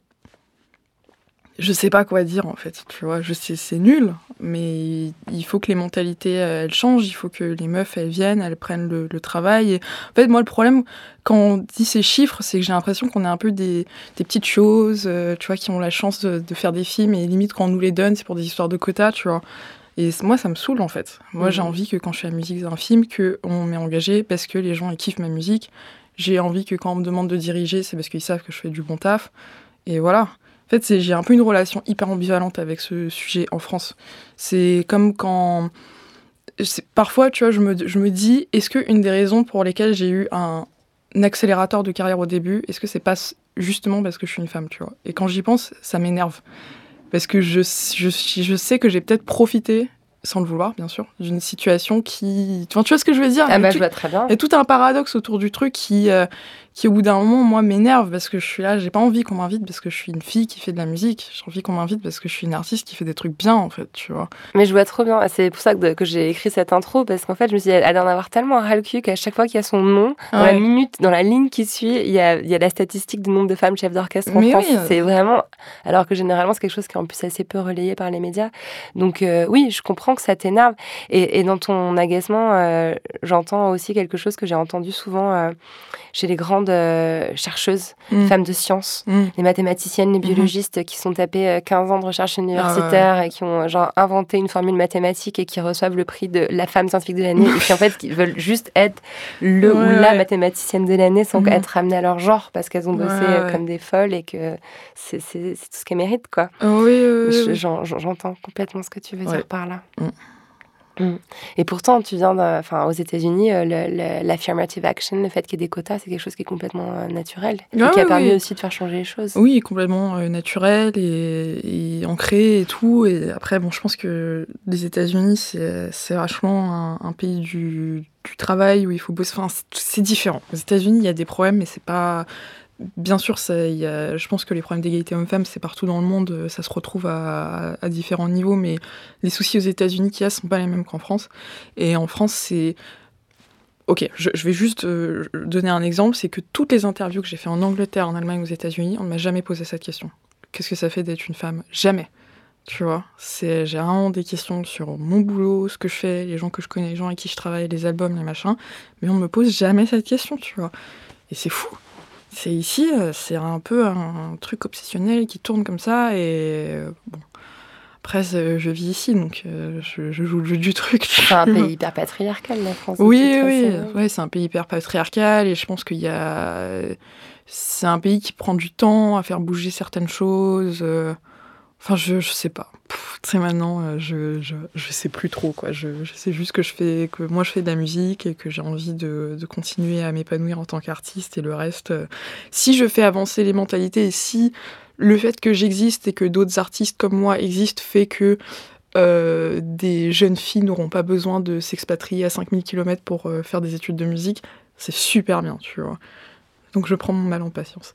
je sais pas quoi dire, en fait, tu vois, je sais, c'est nul, mais il faut que les mentalités, elles changent, il faut que les meufs, elles viennent, elles prennent le, le travail. Et en fait, moi, le problème, quand on dit ces chiffres, c'est que j'ai l'impression qu'on est un peu des, des petites choses, euh, tu vois, qui ont la chance de, de faire des films, et limite, quand on nous les donne, c'est pour des histoires de quotas, tu vois. Et moi, ça me saoule, en fait. Moi, mmh. j'ai envie que quand je fais la musique d'un film, qu'on m'ait engagé parce que les gens, ils kiffent ma musique. J'ai envie que quand on me demande de diriger, c'est parce qu'ils savent que je fais du bon taf. Et voilà. En fait, c'est, j'ai un peu une relation hyper ambivalente avec ce sujet en France. C'est comme quand... C'est, parfois, tu vois, je me, je me dis, est-ce qu'une des raisons pour lesquelles j'ai eu un, un accélérateur de carrière au début, est-ce que c'est pas justement parce que je suis une femme, tu vois ? Et quand j'y pense, ça m'énerve. Parce que je, je, je sais que j'ai peut-être profité, sans le vouloir, bien sûr, d'une situation qui... Enfin, tu vois ce que je veux dire ? Ah bah, je vois très bien. Il y a tout un paradoxe autour du truc qui, euh, qui, au bout d'un moment, moi, m'énerve parce que je suis là, j'ai pas envie qu'on m'invite parce que je suis une fille qui fait de la musique. J'ai envie qu'on m'invite parce que je suis une artiste qui fait des trucs bien, en fait, tu vois. Mais je vois trop bien. C'est pour ça que, que j'ai écrit cette intro, parce qu'en fait, je me suis dit, elle doit en avoir tellement ras le cul qu'à chaque fois qu'il y a son nom, dans ouais. la minute, dans la ligne qui suit, il y a, il y a la statistique du nombre de femmes chefs d'orchestre en Mais France. Oui. C'est vraiment... Alors que généralement, c'est quelque chose qui est en plus assez peu relayé par les médias. Donc euh, oui, je comprends. comprends que ça t'énerve. Et, et dans ton agacement, euh, j'entends aussi quelque chose que j'ai entendu souvent euh, chez les grandes euh, chercheuses, mmh. femmes de science, mmh. les mathématiciennes, les biologistes mmh. qui sont tapées euh, quinze ans de recherche universitaire ah ouais. et qui ont genre inventé une formule mathématique et qui reçoivent le prix de la femme scientifique de l'année et qui en fait qui veulent juste être le ouais, ou la ouais. mathématicienne de l'année sans mmh. être ramenées à leur genre parce qu'elles ont bossé ouais, ouais. comme des folles et que c'est, c'est, c'est tout ce qu'elles méritent, quoi. Oui, oui, oui. Je, j'en, j'entends complètement ce que tu veux ouais. dire par là. Mmh. Mmh. Et pourtant, tu viens de, enfin, aux États-Unis, euh, le, le, l'affirmative action, le fait qu'il y ait des quotas, c'est quelque chose qui est complètement euh, naturel et ah, qui a oui, permis oui. aussi de faire changer les choses. Oui, complètement euh, naturel et, et ancré et tout. Et après, bon, je pense que les États-Unis, c'est, c'est vachement un, un pays du, du travail où il faut bosser. Enfin, c'est, c'est différent. Aux États-Unis, il y a des problèmes, mais c'est pas. Bien sûr, ça, y a, je pense que les problèmes d'égalité homme-femme, c'est partout dans le monde, ça se retrouve à, à différents niveaux, mais les soucis aux États-Unis qu'il y a ne sont pas les mêmes qu'en France. Et en France, c'est... Ok, je, je vais juste euh, donner un exemple, c'est que toutes les interviews que j'ai fait en Angleterre, en Allemagne, aux États-Unis, on ne m'a jamais posé cette question. Qu'est-ce que ça fait d'être une femme ? Jamais. Tu vois, c'est, j'ai vraiment des questions sur mon boulot, ce que je fais, les gens que je connais, les gens avec qui je travaille, les albums, les machins, mais on ne me pose jamais cette question, tu vois. Et c'est fou. C'est ici, c'est un peu un truc obsessionnel qui tourne comme ça, et bon, après, je vis ici, donc je, je joue le jeu du truc. C'est un pays hyper patriarcal, la France. Oui, oui, ouais, c'est un pays hyper patriarcal, et je pense qu'il y a... C'est un pays qui prend du temps à faire bouger certaines choses. Enfin, je, je sais pas. Tu sais, maintenant, je, je, je sais plus trop, quoi. Je, je sais juste que je fais, que moi, je fais de la musique et que j'ai envie de, de continuer à m'épanouir en tant qu'artiste, et le reste, euh, si je fais avancer les mentalités et si le fait que j'existe et que d'autres artistes comme moi existent fait que euh, des jeunes filles n'auront pas besoin de s'expatrier à cinq mille kilomètres pour euh, faire des études de musique, c'est super bien, tu vois. Donc je prends mon mal en patience.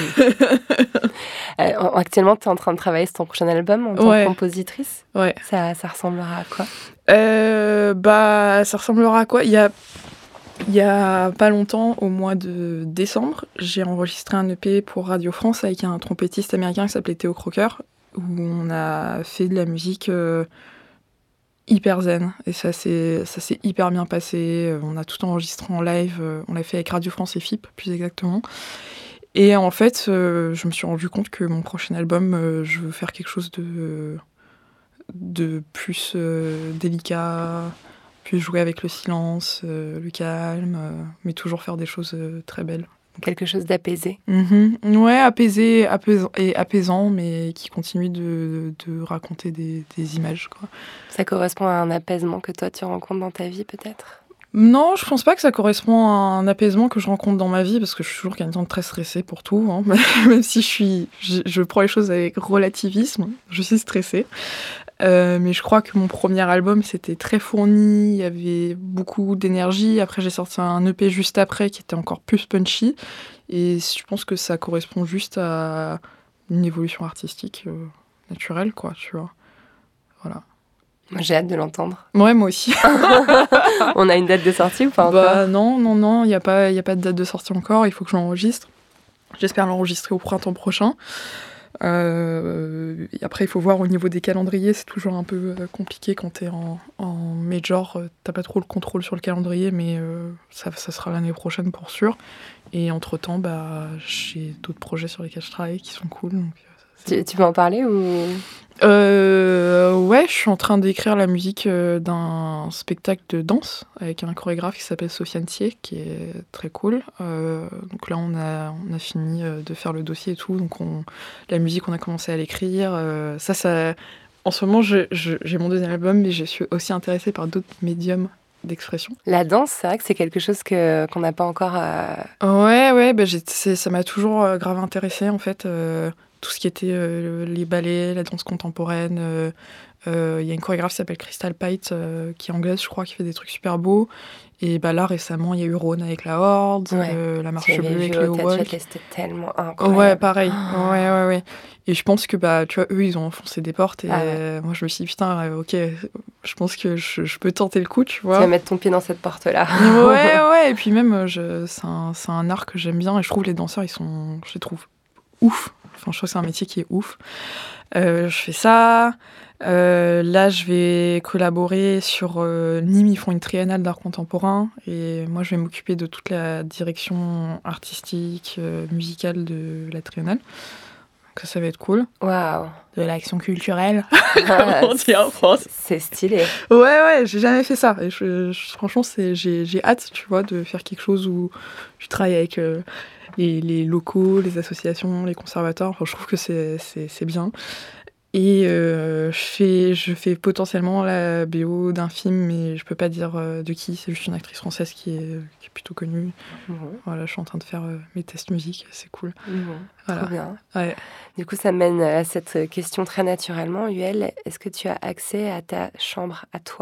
euh, actuellement, tu es en train de travailler sur ton prochain album en tant ouais. que compositrice. Ouais. Ça, ça ressemblera à quoi ? euh, Bah, ça ressemblera à quoi ? Il y a, il y a pas longtemps, au mois de décembre, j'ai enregistré un E P pour Radio France avec un trompettiste américain qui s'appelait Theo Crocker, où on a fait de la musique... Euh, hyper zen, et ça s'est, ça s'est hyper bien passé. On a tout enregistré en live, on l'a fait avec Radio France et F I P, plus exactement. Et en fait, euh, je me suis rendu compte que mon prochain album, euh, je veux faire quelque chose de, de plus euh, délicat, plus jouer avec le silence, euh, le calme, euh, mais toujours faire des choses euh, très belles. Quelque chose d'apaisé. Mmh. Ouais, apaisé, apaisant, et apaisant, mais qui continue de, de raconter des, des images, quoi. Ça correspond à un apaisement que toi tu rencontres dans ta vie, peut-être ? Non, je pense pas que ça correspond à un apaisement que je rencontre dans ma vie, parce que je suis toujours quelqu'un de très stressé pour tout, hein. Même si je suis, je, je prends les choses avec relativisme, je suis stressée. Euh, mais je crois que mon premier album, c'était très fourni, il y avait beaucoup d'énergie. Après, j'ai sorti un E P juste après qui était encore plus punchy. Et je pense que ça correspond juste à une évolution artistique euh, naturelle, quoi, tu vois. Voilà. Moi, j'ai hâte de l'entendre. Ouais, moi aussi. On a une date de sortie ou pas bah, encore ? Non, non, non, il n'y a pas, il n'y a pas de date de sortie encore, il faut que je l'enregistre. J'espère l'enregistrer au printemps prochain. Euh, et après, il faut voir au niveau des calendriers, c'est toujours un peu euh, compliqué quand t'es en, en major, euh, t'as pas trop le contrôle sur le calendrier, mais euh, ça, ça sera l'année prochaine pour sûr. Et entre-temps, bah, j'ai d'autres projets sur lesquels je travaille qui sont cool. Donc, tu, tu peux en parler ou... Euh, ouais, je suis en train d'écrire la musique euh, d'un spectacle de danse avec un chorégraphe qui s'appelle Sofiane Thier, qui est très cool. Euh, donc là, on a, on a fini euh, de faire le dossier et tout. Donc on, la musique, on a commencé à l'écrire. Euh, ça, ça, en ce moment, je, je, j'ai mon deuxième album, mais je suis aussi intéressée par d'autres médiums d'expression. La danse, c'est vrai que c'est quelque chose que, qu'on n'a pas encore... Euh... Ouais, ouais, bah j'ai, c'est, ça m'a toujours euh, grave intéressée, en fait. Euh, tout ce qui était euh, les ballets, la danse contemporaine. Il euh, euh, y a une chorégraphe qui s'appelle Crystal Pite, euh, qui est anglaise, je crois, qui fait des trucs super beaux. Et bah, là, récemment, il y a eu Rhône avec la Horde, ouais. euh, la marche bleue avec le Walk. C'était tellement incroyable. Ouais, pareil. Oh. Ouais, ouais, ouais. Et je pense que, bah, tu vois, eux, ils ont enfoncé des portes. Et ah ouais. moi, je me suis dit, putain, euh, ok, je pense que je, je peux tenter le coup, tu vois. Tu vas mettre ton pied dans cette porte-là. Ouais, ouais. Et puis même, je, c'est, un, c'est un art que j'aime bien. Et je trouve les danseurs, ils sont, je les trouve ouf. Enfin, je trouve que c'est un métier qui est ouf. Euh, je fais ça. Euh, là, je vais collaborer sur... Euh, Nîmes, ils font une triennale d'art contemporain. Et moi, je vais m'occuper de toute la direction artistique, euh, musicale de la triennale. Donc ça, ça va être cool. Waouh. De l'action culturelle, Ah, comme on dit en France. C'est stylé. Ouais, ouais, j'ai jamais fait ça. Et je, je, franchement, c'est, j'ai, j'ai hâte, tu vois, de faire quelque chose où je travaille avec euh, les, les locaux, les associations, les conservateurs. Enfin, je trouve que c'est, c'est, c'est bien. Et euh, je, fais, je fais potentiellement la B O d'un film, mais je peux pas dire euh, de qui. C'est juste une actrice française qui est, qui est plutôt connue. Mmh. Voilà, je suis en train de faire euh, mes tests musique, c'est cool. Mmh. Voilà. Trop bien. Ouais. Du coup, ça mène à cette question très naturellement. Yuel, est-ce que tu as accès à ta chambre à toi ?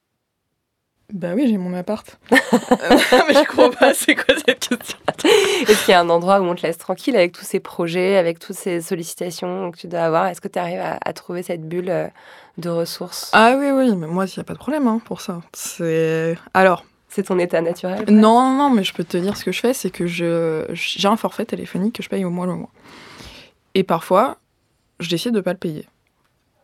Bah oui, j'ai mon appart. Mais je crois pas, c'est quoi cette question ? Est-ce qu'il y a un endroit où on te laisse tranquille avec tous ces projets, avec toutes ces sollicitations que tu dois avoir ? Est-ce que tu arrives à, à trouver cette bulle de ressources ? Ah oui, oui, mais moi, il n'y a pas de problème hein, pour ça. C'est... Alors... C'est ton état naturel ? Non, non, non, mais je peux te dire ce que je fais, c'est que je... j'ai un forfait téléphonique que je paye au mois le mois. Et parfois, je décide de ne pas le payer. Waouh !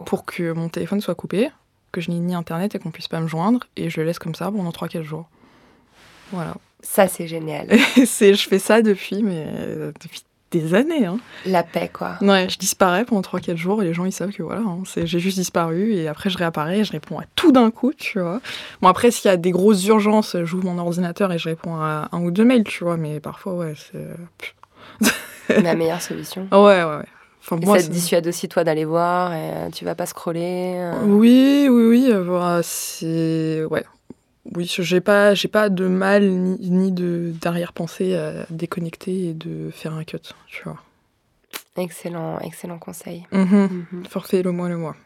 Pour que mon téléphone soit coupé, que je n'ai ni internet et qu'on puisse pas me joindre, et je le laisse comme ça pendant trois à quatre jours. Voilà. Ça, c'est génial. c'est, je fais ça depuis, mais euh, depuis des années. Hein. La paix, quoi. Ouais, je disparais pendant trois à quatre jours, et les gens, ils savent que voilà, hein, c'est, j'ai juste disparu, et après, je réapparais, et je réponds à tout d'un coup, tu vois. Bon, après, s'il y a des grosses urgences, j'ouvre mon ordinateur et je réponds à un ou deux mails, tu vois, mais parfois, ouais, c'est... La meilleure solution. Ouais, ouais, ouais. Enfin, et moi, ça te c'est... dissuade aussi, toi, d'aller voir, et euh, tu vas pas scroller euh... Oui, oui, oui, euh, c'est... Ouais. Oui, j'ai pas, j'ai pas de mal ni, ni de, d'arrière-pensée à déconnecter et de faire un cut, tu vois. Excellent, excellent conseil. Mm-hmm. Mm-hmm. Forfait le mois, le mois.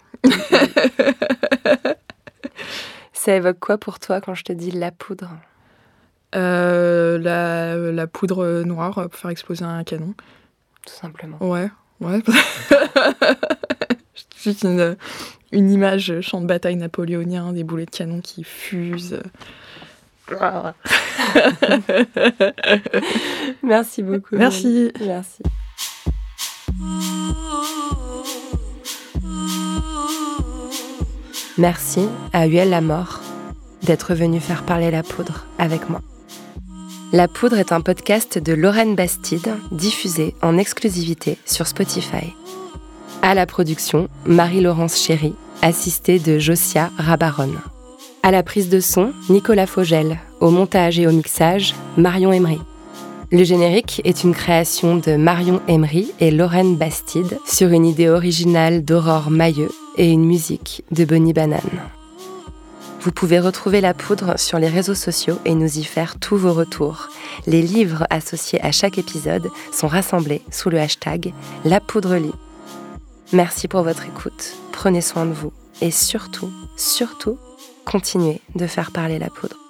Ça évoque quoi pour toi quand je te dis la poudre ? euh, la, la poudre noire pour faire exploser un canon. Tout simplement. Ouais, ouais. Juste une, une image champ de bataille napoléonien, des boulets de canon qui fusent. Merci beaucoup. Merci. Merci. Merci à Yuel Lamor d'être venu faire parler la poudre avec moi. La Poudre est un podcast de Lorraine Bastide, diffusé en exclusivité sur Spotify. À la production, Marie-Laurence Chéry, assistée de Josia Rabaron. À la prise de son, Nicolas Fogel. Au montage et au mixage, Marion Emery. Le générique est une création de Marion Emery et Lorraine Bastide sur une idée originale d'Aurore Mailleux et une musique de Bonnie Banane. Vous pouvez retrouver La Poudre sur les réseaux sociaux et nous y faire tous vos retours. Les livres associés à chaque épisode sont rassemblés sous le hashtag La Poudre lit. Merci pour votre écoute, prenez soin de vous et surtout, surtout, continuez de faire parler la poudre.